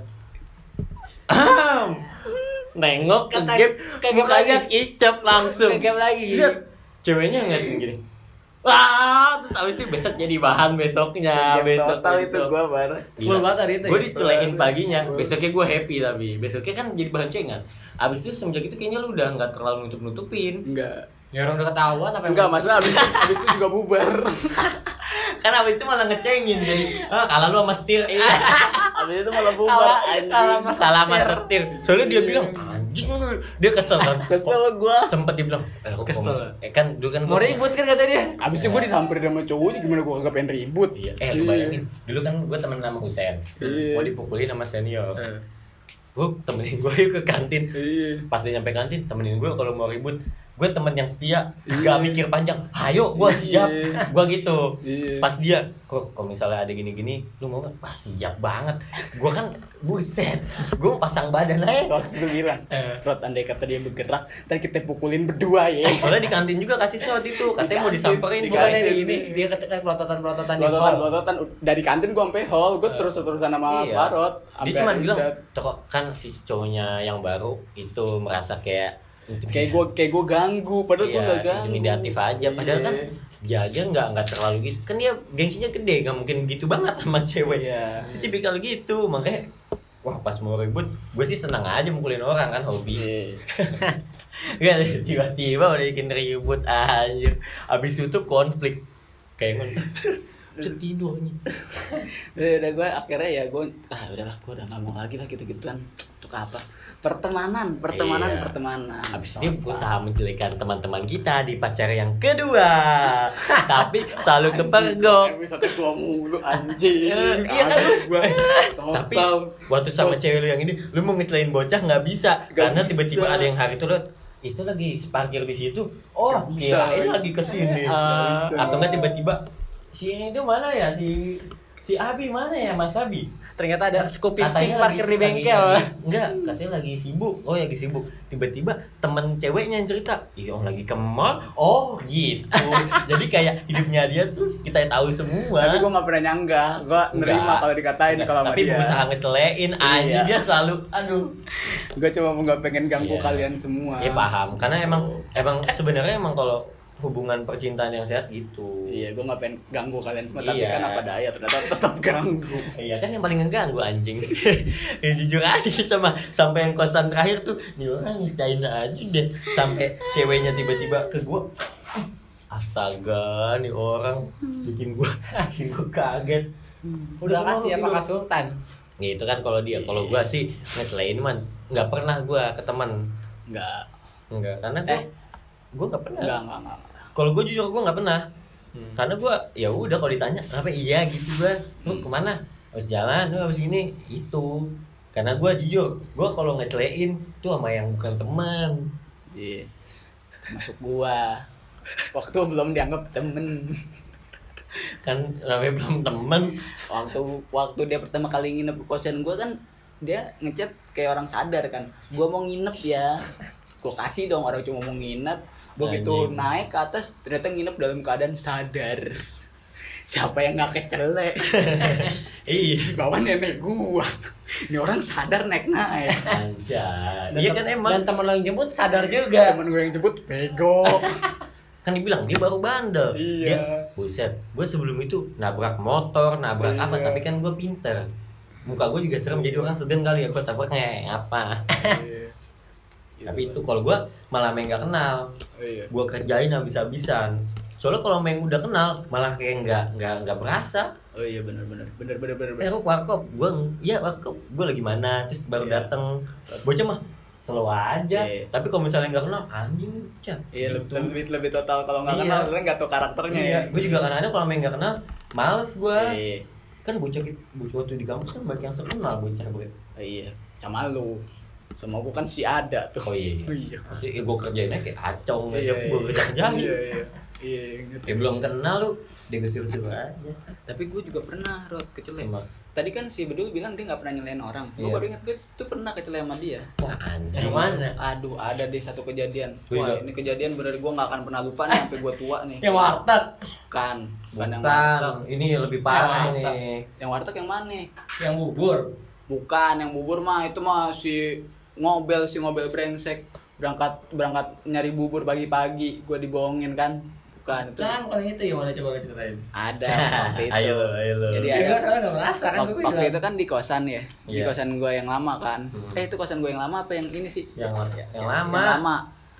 Ahem. Nengok ke Kagak- gap, kagak mukanya lagi. kicap langsung. Kagak lagi. Set, ceweknya ngeliatin gini. Wah, terus abis itu besok jadi bahan besoknya, Game besok total itu besok. gue baru. Full banget hari itu Gue ya? dicelein paginya, Full. besoknya gue happy tapi besoknya kan jadi bahan cengan. Abis itu semenjak itu kayaknya lu udah nggak terlalu nutup nutupin. Enggak. Ya orang udah ketahuan apa yang Enggak, masalah abis, abis itu juga bubar. Kan abis itu malah ngecengin jadi ah kalah lu sama setir. Abis itu malah bubar. Kalah- anjing. kalah sama Salah sama setir. setir. Soalnya dia bilang anjing lu. Dia kesel kan. Kesel gue. Sempet dia bilang eh, kok Kesel. kamu- eh kan dulu kan mau gua- ribut kan kata dia. Abis itu gue disamperin sama cowoknya, gimana gue kagak pengen ribut. Iya, eh lu bayangin. Dulu kan gue temen sama Husen. Iya. Mau dipukulin sama senior. Eh. Gue temenin gue yuk ke kantin. Iya. Pas dia nyampe kantin temenin gue kalau mau ribut. Gue temen yang setia, Iya. gak mikir panjang. Ayo, gue siap. Iya. Gue gitu. Iya. Pas dia, kok kalau misalnya ada gini-gini, lu mau gak? Wah siap banget. Gue kan buset. Gue pasang badan aja. Waktu itu bilang, Eh. Rod andai kata dia bergerak, ntar kita pukulin berdua ya. Soalnya di kantin juga kasih shot itu. Katanya mau kantin, disamperin. di Bukannya kantin. di ini dia ketika pelototan-pelototan di Lototan, hall. lototan dari kantin gua sampai hall, gua terus-terusan sama Iya. Barot. Dia cuma bilang, "Toko kan si cowoknya yang baru itu merasa kayak kayak gua kayak gua ganggu, padahal gua iya, gak ganggu. intimidatif aja. Padahal kan Iya. dia aja nggak nggak terlalu gitu. Kan dia gengsinya gede, nggak mungkin gitu banget sama cewek. Iya. Tipikal gitu, makanya wah pas mau ribut, gue sih senang aja mukulin orang kan hobi. Iya. Gak tiba-tiba udah bikin ribut aja. Abis itu konflik kayak ngono. tidur nih. Udah gue akhirnya ya gue ah udahlah gue udah nggak mau lagi lah gitu-gituan. Untuk apa? Pertemanan, pertemanan, Iya. pertemanan. Habis ini berusaha menjelekan teman-teman kita di pacar yang kedua. Tapi selalu kepergok. Episode gua mulu anjing. Iya kan lu? Gua Tapi waktu sama cewek lu yang ini, lu mau ngecelain bocah nggak bisa. Gak Karena bisa. tiba-tiba ada yang hari itu liat, itu lagi parkir di situ. Oh, Gak bisa. kirain lagi ke sini. Gak bisa. Atau enggak tiba-tiba si ini tuh mana ya? Si si Abi mana ya, Mas Abi? Ternyata ada Scoopy Katanya parkir lagi- di bengkel. lagi- lagi- enggak, katanya lagi sibuk. Oh, lagi sibuk. Tiba-tiba temen ceweknya yang cerita, iya om lagi ke mall. Oh gitu. Jadi kayak hidupnya dia tuh kita tahu semua. Tapi gua nggak pernah nyangga, gua nerima Enggak. kalau dikatain Enggak, kalau sama tapi dia. berusaha ngecelein anjing Iya. dia selalu aduh. Gua cuma nggak pengen ganggu Iya. kalian semua. Ya paham, karena emang emang sebenarnya emang kalau hubungan percintaan yang sehat gitu. Iya, gua nggak pengen ganggu kalian semua, tapi Iya. kan apa daya ternyata tetap ganggu. Iya kan yang paling ngeganggu anjing. Ya jujur aja kita mah sampai yang kosan terakhir tuh nih orang nyistain aja deh sampai ceweknya tiba-tiba ke gua. "Eh, astaga nih orang bikin gua bikin gua kaget. Udah kasih apa Kak Sultan? Ya itu kan kalau dia, kalau gua sih ngecelain man nggak pernah gua ke teman. Enggak. Enggak, karena gua Eh. gua nggak pernah. Enggak, enggak, enggak. Kalau gue jujur gue nggak pernah, Hmm. karena gue ya udah kalau ditanya kenapa iya gitu gue, lu kemana? Harus jalan, lu habis gini itu. Karena gue jujur, gue kalau ngecelein tuh sama yang bukan teman. Iya. Masuk gua. Waktu belum dianggap temen. Kan namanya belum teman. Waktu waktu dia pertama kali nginep di kosan gua kan dia ngechat kayak orang sadar kan. Gua mau nginep ya. Gua kasih dong, orang cuma mau nginep. Begitu Anjing. naik ke atas ternyata nginep dalam keadaan sadar. Siapa yang nggak kecele? Iya. Bawa nenek gua. Ini orang sadar naik-naik. Anjay. Dan Iya tem- kan emang. Dan temen lo yang jemput sadar juga. Temen gue yang jemput bego. Kan dibilang dia baru bandel. Iya. Dia, buset. Gue sebelum itu nabrak motor, nabrak apa, Iya. tapi kan gue pinter. Muka gue juga serem jadi orang segan kali ya gue tabraknya apa. Tapi itu kalau gue malah main gak kenal, Iya. gue kerjain habis-habisan. Soalnya kalau main udah kenal malah kayak nggak nggak nggak berasa. Oh iya benar benar benar benar benar. Eh lu warkop, gue iya warkop, gue lagi mana, terus baru Iya. dateng. Bocah mah selalu aja. Iya. Tapi kalau misalnya nggak kenal, anjing cah. Iya gitu. lebih, lebih lebih total kalau nggak Iya. kenal kan nggak tahu karakternya. Iya, gue juga kadang-kadang kalau main nggak kenal, males gue. Iya. Kan bocah bocah waktu di kampus kan banyak yang kenal bocah gue. Iya, sama lu. Sama gua kan si ada tuh. Oh iya. Oh iya. Pasti gue kerjainnya kayak acong, nggak Iya, siap gue iya. kerja kerjain. Iya, iya. Iya, gitu. Ya belum kenal lu, digusir-gusir aja. Tapi gue juga pernah Rod kecele. Sama. Tadi kan si Bedul bilang dia nggak pernah nyelain orang. Gue Iya. baru ingat gue tuh pernah kecele sama dia. Wah anjing. Yang mana? Aduh, ada deh satu kejadian. Gua Wah, juga. ini kejadian bener gue nggak akan pernah lupa nih sampai gue tua nih. Yang warteg. Bukan, bukan yang warteg. Bukan, ini lebih parah Yang warteg. nih. Yang warteg yang mana? Yang bubur. Bukan, yang bubur mah itu mah si ngobel si ngobel brengsek berangkat berangkat nyari bubur pagi-pagi, gue dibohongin kan. Bukan itu. Kan bukan itu yang mana coba lo ceritain. Ada waktu itu. Ayo, ayo lo. Jadi Ya ada gue sekarang gak merasa kan Wak- gue waktu bilang. itu kan di kosan ya, di Iya. kosan gue yang lama kan. Hmm. Eh itu kosan gue yang lama apa yang ini sih? Yang yang Yang lama. lama.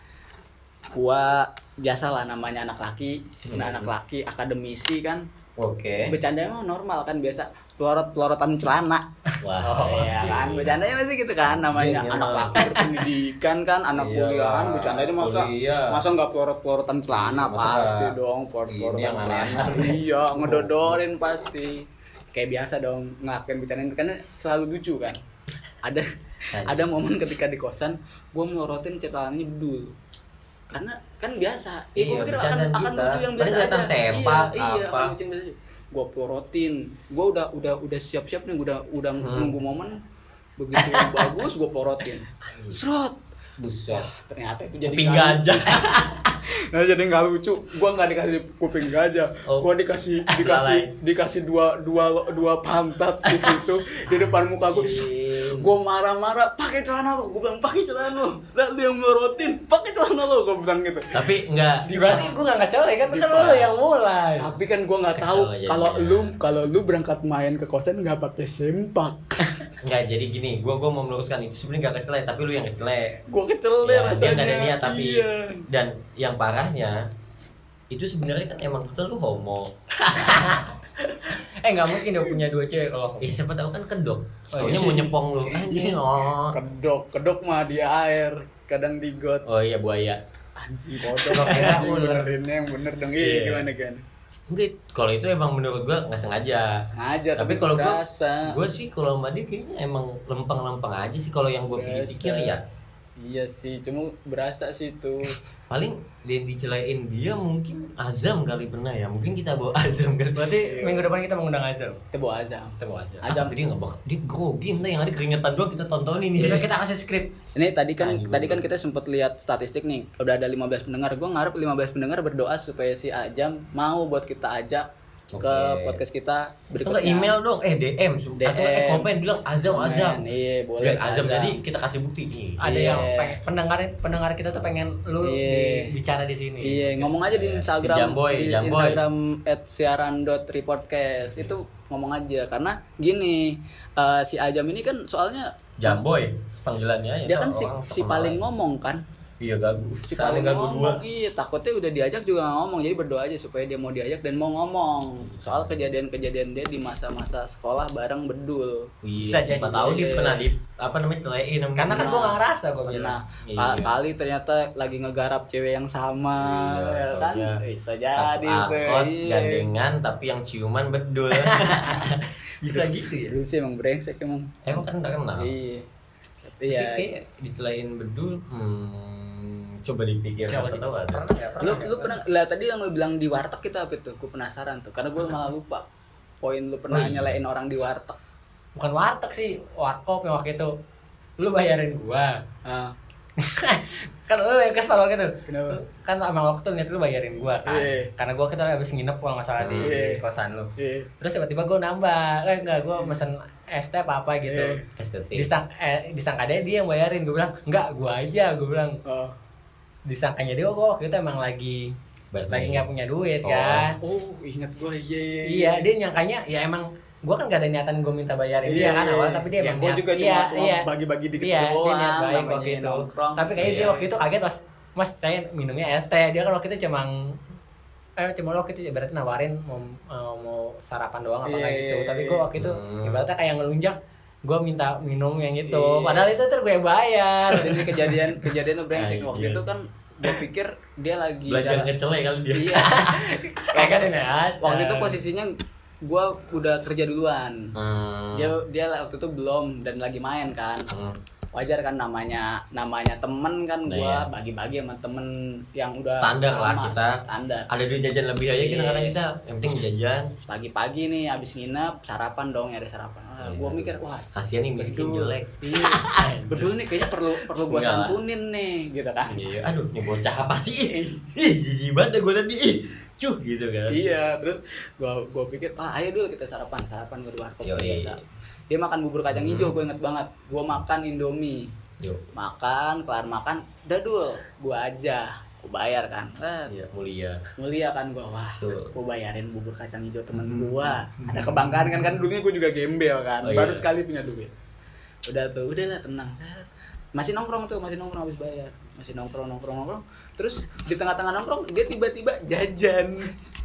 Gua biasalah namanya anak laki, Hmm. nah, anak laki akademisi kan. Oke. Bercanda emang normal kan biasa pelorot pelorotan celana. Wah. Iya kan, bercandanya pasti gitu kan namanya Anjing, anak emang. laki berpendidikan kan, anak Iya kuliahan lah, bercandanya masa kuliah. masa nggak pelorot pelorotan celana Masa pasti nggak- dong pelorot ini pelorotan yang celana. aneh-aneh. Iya ngedodorin pasti. Kayak biasa dong ngelakuin bercanda itu kan selalu lucu kan. Ada Anjing. ada momen ketika di kosan gue melorotin celananya Bedul. Karena kan biasa, ya, Iya, gue pikir akan bercandaan akan kita. lucu yang Paling biasa kelihatan aja. sempak, iya, iya, apa. akan lucu yang biasa aja. Gue pelorotin, gue udah udah udah siap-siap nih, udah udah Hmm. nunggu momen begitu bagus gue pelorotin. Serot. Buset. Wah, ternyata itu jadi Kuping nggak gajah. lucu. Nah, jadi nggak lucu. Gua nggak dikasih kuping gajah. Oh. Gua dikasih dikasih dikasih dua dua dua pantat di situ di depan muka gua. Gua marah-marah, pakai celana lu. Gua bilang pakai celana lu. Lah dia melorotin, pakai celana lu. Gua bilang gitu. Tapi enggak. Berarti gue gak ngacau ya kan kan Di- lo yang mulai. Tapi kan gua nggak Kacau tahu aja kalau jadinya. lu kalau lu berangkat main ke kosan nggak pakai sempak. Enggak, jadi gini, gua gua mau meluruskan itu sebenarnya enggak kecele, tapi lu yang kecele. Gua kecele Ya, dia rasanya. nggak ada niat tapi Iya. dan yang parahnya itu sebenarnya kan emang betul lu homo. Eh nggak mungkin dia punya dua cewek kalau Eh siapa tahu kan kedok. Oh, Taunya iya. mau nyepong lu. Anjing oh. Kedok, kedok mah dia air, kadang di got. Oh iya buaya. Anjing kodok. Gua kira Anjing, ular. benerinnya yang bener dong. Iya, Iya. gimana kan? Enggak, kalau itu emang menurut gua nggak sengaja. Sengaja, Tapi tapi kalau gua, berasa. gua sih kalau sama dia kayaknya emang lempeng-lempeng aja sih kalau yang gua pikir-pikir Berasa. ya. Iya sih, cuma berasa sih tuh. Paling dia dicelain dia mungkin Azam kali pernah ya. Mungkin kita bawa Azam kali. berarti minggu depan kita mengundang Azam. Kita bawa Azam. Kita bawa Azam. Ah, Azam. tapi dia nggak bakal, dia grogi entah yang ada keringetan doang kita tontonin Kita nih. kita kasih skrip. Ini tadi kan Anjing, tadi kan bener. kita sempat lihat statistik nih, udah ada lima belas pendengar. Gua ngarep lima belas pendengar berdoa supaya si Azam mau buat kita ajak ke Oke. podcast kita Atau berikutnya. nggak email dong, eh D M, su- D M. atau eh komen bilang Azam Komen. Azam. Iya, boleh. Biar Azam jadi kita kasih bukti nih. Ada Iya. yang pengen, pendengar pendengar kita tuh pengen lu Iya. di- bicara di sini. Iya, ngomong aja di Instagram, Si Jamboy, di Jamboy. Instagram at siaran dot reportcast itu ngomong aja karena gini, eh, si Ajam ini kan soalnya Jamboy panggilannya ya. dia kan si, orang si terkenal paling aja. ngomong kan, Iya gagu. si Sama paling gagu ngomong. dua. Iya, takutnya udah diajak juga nggak ngomong, jadi berdoa aja supaya dia mau diajak dan mau ngomong soal kejadian-kejadian dia di masa-masa sekolah bareng Bedul. Bisa Iya, jadi, siapa tahu bisa dia jadi. pernah di apa namanya telein sama Karena kan dia. gua nggak ngerasa gua Nah, bilang. Iya. kali ternyata lagi ngegarap cewek yang sama, Iya, ya kan? iya. Bisa Satu jadi tuh. angkot Iya. gandengan tapi yang ciuman bedul. Bisa gitu ya. Dulu sih emang brengsek emang. Emang kan terkenal. Iya. Tapi Iya. kayak ditelain bedul, hmm, coba dipikir Coba siapa tahu ada. pernah nggak? Pernah Lu nggak? lu pernah lah tadi yang lu bilang di warteg itu apa itu? Gue penasaran tuh. Karena gue malah lupa. Poin lu pernah Oh, iya. nyalain orang di warteg. Bukan warteg sih, warkop yang waktu itu. Lu bayarin gua. Ah, Kan lu yang kesel waktu itu. kenapa? Kan emang waktu itu niat lu bayarin gua kan. Iya. Karena gua kita habis nginep kalau nggak salah di Iya. kosan lu. Iya. Terus tiba-tiba gua nambah. Eh enggak, gua mesen es teh apa apa gitu. Iya. Estetik. Disang eh, disangka dia dia yang bayarin. Gua bilang, "Enggak, gua aja." Gua bilang. Oh. Disangkanya dia gua waktu itu emang lagi Bayar lagi sendiri. nggak punya duit Oh. kan. Oh, ingat gue. Iya, iya. Iya, dia nyangkanya ya emang gua kan gak ada niatan gua minta bayarin dia kan awal, tapi dia ya, emang gue niat. juga cuma, iya, cuma iya. bagi-bagi dikit Iya, doang. dia niat baik namanya waktu itu. nongkrong. Tapi kayaknya dia Iya. waktu itu kaget pas, Mas saya minumnya es teh. Dia kan waktu itu cuma eh cuma waktu itu berarti nawarin mau eh, mau sarapan doang apa Iya, kayak gitu. iya, Tapi iya. gua waktu itu Hmm. ibaratnya kayak ngelunjak, gua minta minum yang itu. Iya. Padahal itu tuh gue yang bayar. Jadi kejadian kejadian lu brengsek waktu Anjir. itu kan gue pikir dia lagi Belajar dalam- ngecele kali dia. Iya. Kagak ada niat. Waktu itu posisinya gue udah kerja duluan. Hmm. Dia dia waktu itu belum dan lagi main kan. Hmm. Wajar kan namanya namanya temen kan Nah, gue iya. bagi-bagi sama temen yang udah Standar lah lama, kita. standar. Ada duit jajan lebih aja Iya. kadang-kadang kita, yang penting jajan. Pagi-pagi nih abis nginep sarapan dong, ya ada sarapan. Ah, Iya. gue mikir wah Kasihan nih miskin Bedul. jelek. Iya. Bedul nih kayaknya perlu perlu gue Enggak lah. santunin nih gitu kan. Iya, aduh, ini bocah apa sih? Ih, ih jijik banget gue tadi. Ih, cuh gitu kan. Iya, terus gua gua pikir, "Ah, ayo dulu kita sarapan, sarapan gue di warkop Yoi. biasa." Dia makan bubur kacang Hmm. hijau, gue inget banget. Gua makan Indomie. Yuk. Makan, kelar makan, dadul, gua aja. Gua bayar kan. Eh, Iya, mulia. mulia kan gua. Wah, Tuh. gua bayarin bubur kacang hijau temen gua. Ada kebanggaan kan, kan dulunya gua juga gembel kan. Oh, Baru iya. sekali punya duit. Udah tuh, udahlah tenang. Masih nongkrong tuh, masih nongkrong habis bayar. Masih nongkrong, nongkrong, nongkrong. Terus di tengah-tengah nongkrong dia tiba-tiba jajan.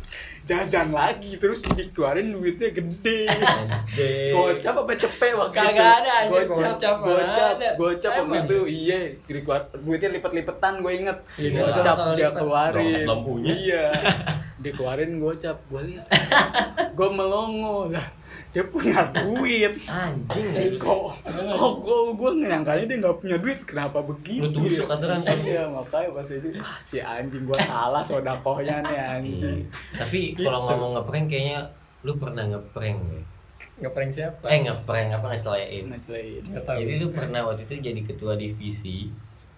Jajan lagi, terus dikeluarin duitnya gede. Anjir. Gocap apa cepet waktu Kagak itu? ada, anjir, Gocap, gocap, gocap, mana ada. gocap waktu Emang? itu. Iya, dikeluar duitnya lipet-lipetan, gue inget. Iya, Gocap selalu dia lipet. keluarin. Dompet lampunya. Iya. Dia keluarin gocap, gue lihat. Gue melongo lah. Dia punya duit. Anjing. Kok, kok, kok gue nyangkanya dia nggak punya duit. Kenapa begitu? Lu tusuk aturan kan. Iya, makanya pas itu, ah, si anjing gue salah sodakohnya nih anjing. Tapi kalau ngomong ngeprank kayaknya lu pernah ngeprank ya? Ngeprank siapa? Eh ngeprank apa ngecelain? Ngecelain. Nggak tahu. Jadi lu pernah waktu itu jadi ketua divisi.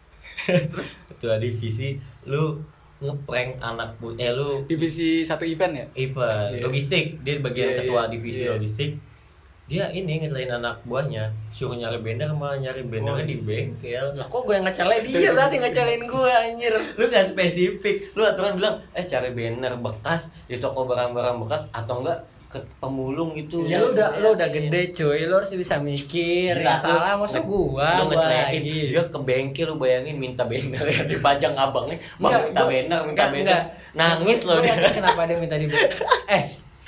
Ketua divisi lu ngeprank anak bu eh lu Divisi satu event ya? event Iya. logistik, dia bagian Iya, ketua iya, divisi iya. logistik. Dia ini ngecelain anak buahnya, suruh nyari banner malah nyari bannernya Oh, di bengkel. Lah kok gue yang ngecelain dia berarti ngecelain gue anjir. Lu gak spesifik, lu aturan bilang eh cari banner bekas di toko barang-barang bekas atau enggak ke pemulung itu. Ya lu udah lu udah gede cuy, lu harus bisa mikir. Gila, Yang salah lu- masa lu- gua, lu gua ngecelain lagi. dia ke bengkel, lu bayangin minta banner ya dipajang abangnya, bang Enggak, minta gua- banner, minta enggak, banner, enggak. nangis Gua- loh gua dia. yakin kenapa dia minta di eh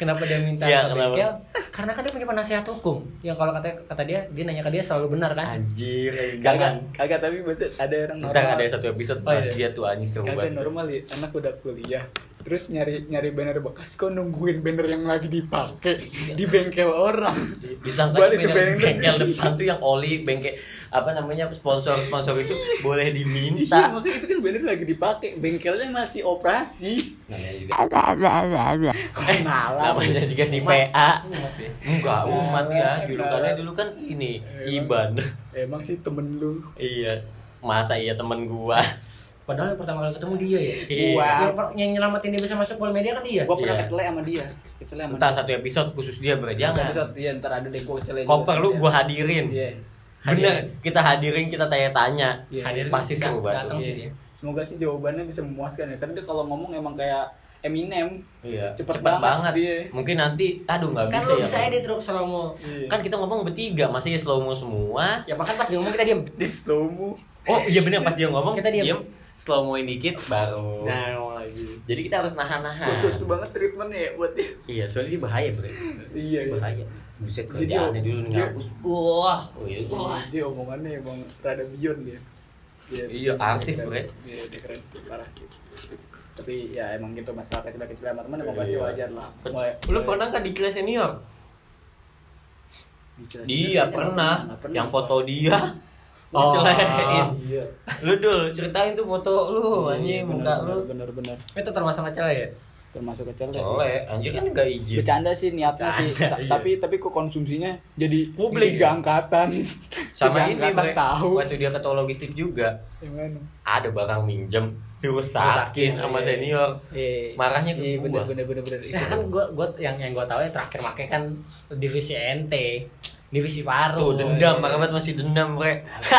kenapa dia minta Iya, ke kenapa? bengkel? Karena kan dia punya penasehat hukum. Yang kalau kata kata dia, dia nanya ke dia selalu benar kan? Anjir, Kagak, kagak tapi betul ada orang normal. Ntar ada satu episode Oh, bahas iya. dia tuh anjing seru Kagak banget. normal ya, anak udah kuliah. Terus nyari nyari banner bekas, kok nungguin banner yang lagi dipakai di bengkel orang. Disangka Balik tuh ke bengkel, bengkel. bengkel depan tuh yang oli bengkel apa namanya sponsor-sponsor itu boleh Iya, diminta. makanya itu kan banner lagi dipakai, bengkelnya masih operasi. Namanya juga Kenalan. namanya juga si P A. Umat ya. Enggak umat ya, julukannya dulu kan ini Iban. Emang sih temen lu. Iya, masa iya temen gua. Padahal yang pertama kali ketemu dia ya. Iya. Yang, per- yang nyelamatin dia bisa masuk pol media kan dia. Gua pernah Iya. kecele sama dia. Kecele sama Entah dia. satu episode khusus dia bre, Satu jangan. episode, iya ntar ada deh gua kecele. Koper juga lu sama gua dia. hadirin. Iya. Bener, kita hadirin, kita tanya-tanya. Iya. Hadirin Pasti dat- seru banget. datang sih Iya. dia. Semoga sih jawabannya bisa memuaskan ya. Karena dia kalau ngomong emang kayak Eminem. Iya, Cepet cepet, banget banget. dia. Mungkin nanti aduh nggak Kan bisa lu ya. bisa Bang. edit terus slow mo. Iya. Kan kita ngomong bertiga, masa ya slow mo semua. Ya makan pas dia ngomong kita diem. di slow mo. Oh iya bener, pas dia ngomong Kita diem. slow moin dikit baru. Nah, ngomong lagi. Jadi kita harus nahan-nahan. Khusus banget treatmentnya ya buat dia. Iya, soalnya dia bahaya bre. Iya. iya. Bahaya. Buset Jadi kerjaannya dia- dulu nih dia- ngapus. Wah, oh, iya. Wah. Dia omongannya emang rada beyond dia. Dia- Iya, artis, dia bre. keren. Iya, dia keren parah sih. Tapi ya emang gitu masalah kecil-kecil sama teman emang pasti Iya. wajar lah. Lu pernah kan di kelas senior? Iya pernah. Yang foto dia Oh, dicelain. Iya. Lu dul ceritain tuh foto lu anjing muka lu. Bener-bener Itu termasuk ngecel ya? termasuk kecil sih. Oleh, anjir kan enggak izin. Bercanda sih niatnya sih, Bercanda, Ta- iya. tapi tapi kok konsumsinya jadi Publik, tiga ya? angkatan. Sama Tiga ini angkatan bre. tahu. Waktu dia ketua logistik juga Yang mana? ada barang minjem dirusakin sama Iya. senior. Eh, Marahnya ke iya, gua. bener bener bener bener. Nah, kan gua gua yang yang gua tahu yang terakhir make kan divisi N T, divisi paru. Tuh dendam, marah banget masih dendam bre.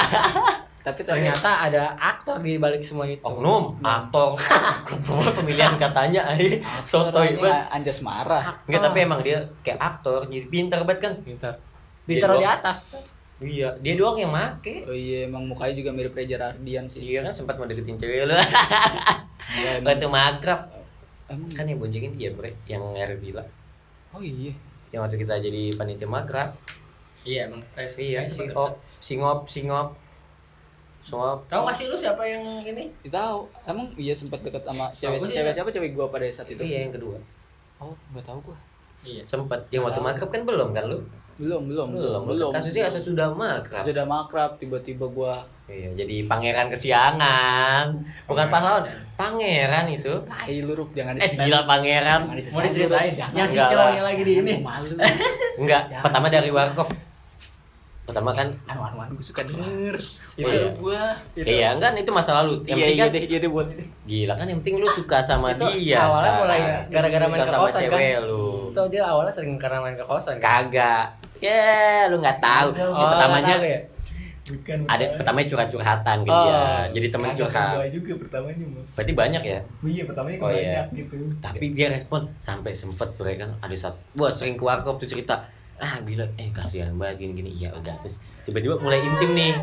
Tapi ternyata Ternyata ada aktor di balik semua itu. Oknum, aktor, pemilihan katanya, ay, sotoy banget. Anjas marah. Enggak, tapi emang dia kayak aktor, jadi pintar banget kan. Pintar. Ditaruh di doang. atas. Iya, dia doang yang make. Oh iya, emang mukanya juga mirip Reza Ardian sih. Iya kan sempat mau deketin cewek lu. Iya, emang. Waktu makrab. Emang. Kan yang boncengin dia, bre, yang air gila. Oh iya. Yang waktu kita jadi panitia makrab. Iya, emang kayak Iya, kayak singop, seperti- singop, singop. Singop. Tahu nggak sih lu siapa yang ini? Tahu. Emang iya sempat deket sama cewek Tahu sih, cewek Sa- siapa cewek gua pada saat itu. Iya, yang kedua. Oh, enggak tahu gua. Iya. Sempet. Yang waktu Tahu. makrab kan belum kan lu? Belum, belum, belum, belum. Kasusnya kasus sudah makrab. Sudah makrab tiba-tiba gua Iya, jadi pangeran kesiangan. Bukan pahlawan, pangeran itu. tai luruk jangan Eh, gila pangeran. Mau diceritain? Jangan. Yang si Enggak cowok lah. yang lagi di ini. Malu. Enggak, pertama dari warkop. Pertama kan Anu-anu gua suka denger. Oh, iya. gua. iya kan itu masa lalu. Yang Iya, penting iya kan deh, iya deh buat ini. gila kan yang penting lu suka sama Itu dia. awalnya sekarang. mulai gara-gara main Suka ke sama kosan, cewek kan? lu. Tahu dia awalnya sering karena main ke kosan kan? Kagak. Ya, lu nggak tahu. Oh, Pertamanya nggak tahu ya? Bukan. ada pertamanya curhat-curhatan ke Oh. dia. Jadi temen curhat. juga pertamanya mah. Berarti banyak ya. Iya, pertamanya Oh, iya. gitu. Tapi dia respon sampai sempet mereka kan ada saat wah sering ke warkop tuh cerita ah bilang eh kasihan banget gini gini iya udah terus tiba-tiba mulai intim nih.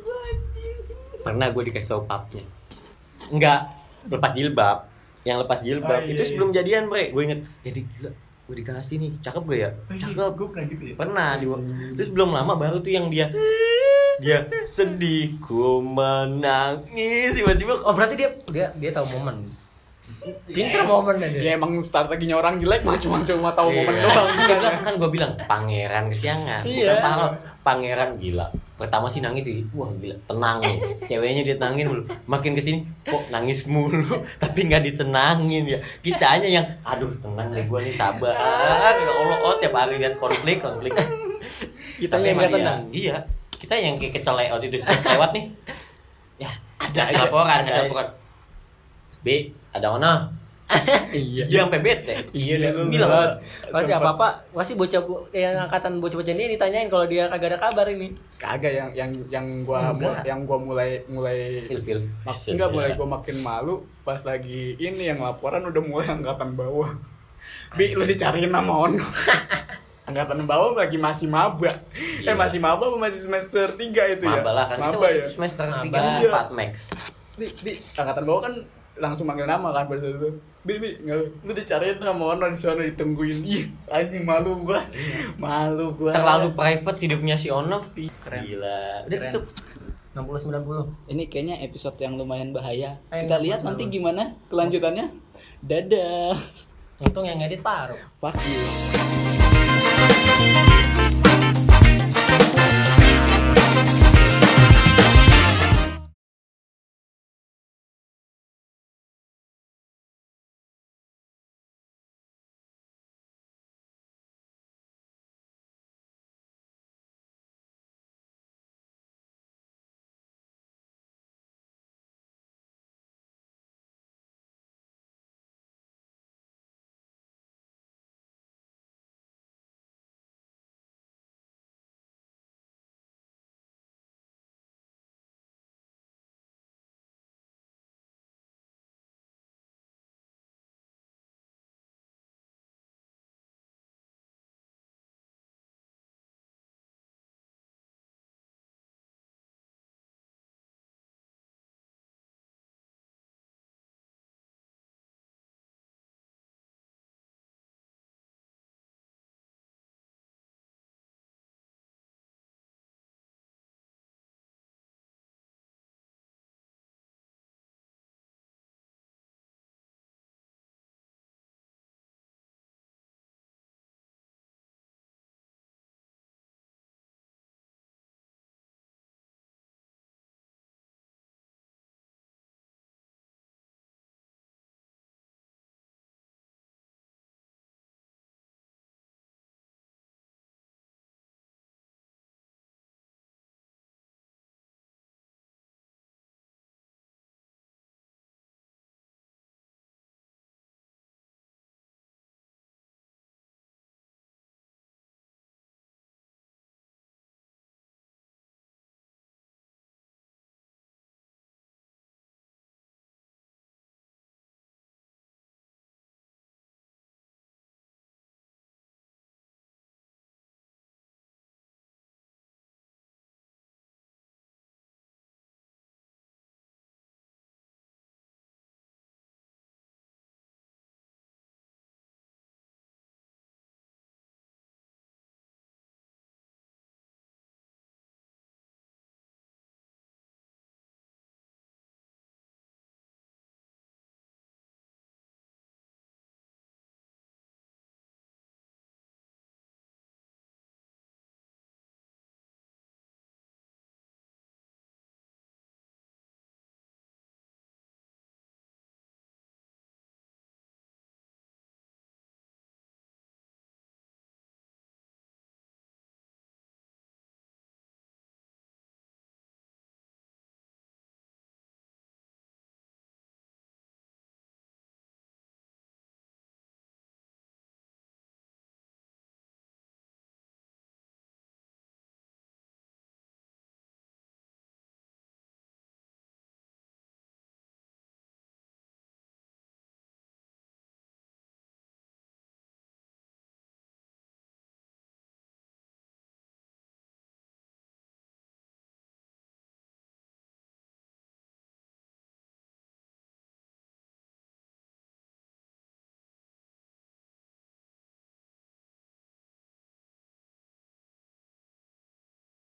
Pernah gue dikasih tau papnya. Enggak, lepas jilbab. Yang lepas jilbab Oh, iya, itu iya. sebelum jadian, bre. Gue inget, jadi gila, gue dikasih nih. Cakep gak ya? Cakep. Gue pernah gitu ya. Pernah di terus belum lama baru tuh yang dia dia sedih ku menangis tiba-tiba Oh, berarti dia dia dia tahu momen. Pintar momennya dia. Ya emang strateginya orang jelek mah cuma cuma tahu momen Iya. doang Kan, kan gue bilang pangeran kesiangan, bukan Iya. pahlawan. Pangeran gila. Pertama sih nangis sih, wah gila, tenang nih. Ceweknya ditenangin mulu. Makin kesini kok nangis mulu, tapi nggak ditenangin ya. Kita hanya yang, aduh tenang deh gue nih sabar. Ya Allah, oh tiap hari lihat konflik konflik. Kita Tapi yang emang nggak tenang. Iya, kita yang kayak keceleot itu lewat nih. Ya, ada aja, laporan, ada ada aja. laporan. B, ada mana? Iya. Dia sampai bete. Iya, Dia gua bilang bilang. Pasti apa-apa, pasti bocah bo- yang angkatan bocah-bocah ini ditanyain kalau dia kagak ada kabar ini. kagak yang yang yang gua Enggak. yang gua mulai mulai Ilfil. mak, enggak mulai gua makin malu pas lagi ini yang laporan udah mulai angkatan bawah. Bi lu dicariin nama ono. Angkatan bawah lagi masih maba. Iya. Eh masih maba apa masih semester tiga itu ya? Maba lah kan kita Maba waktu ya. itu semester Maba. tiga Iya. empat max. Di, di angkatan bawah kan langsung manggil nama kan pada saat itu. Bibi, lu dicariin sama Ono di sana ditungguin. Ih, anjing malu gua. Malu gua. Terlalu private hidupnya si Ono. Keren. Gila. Udah Keren. tutup. enam puluh sembilan puluh. Ini kayaknya episode yang lumayan bahaya. Eh, Kita enggak, lihat enggak, nanti enggak. gimana kelanjutannya. Dadah. Untung yang ngedit Paru. Fuck you.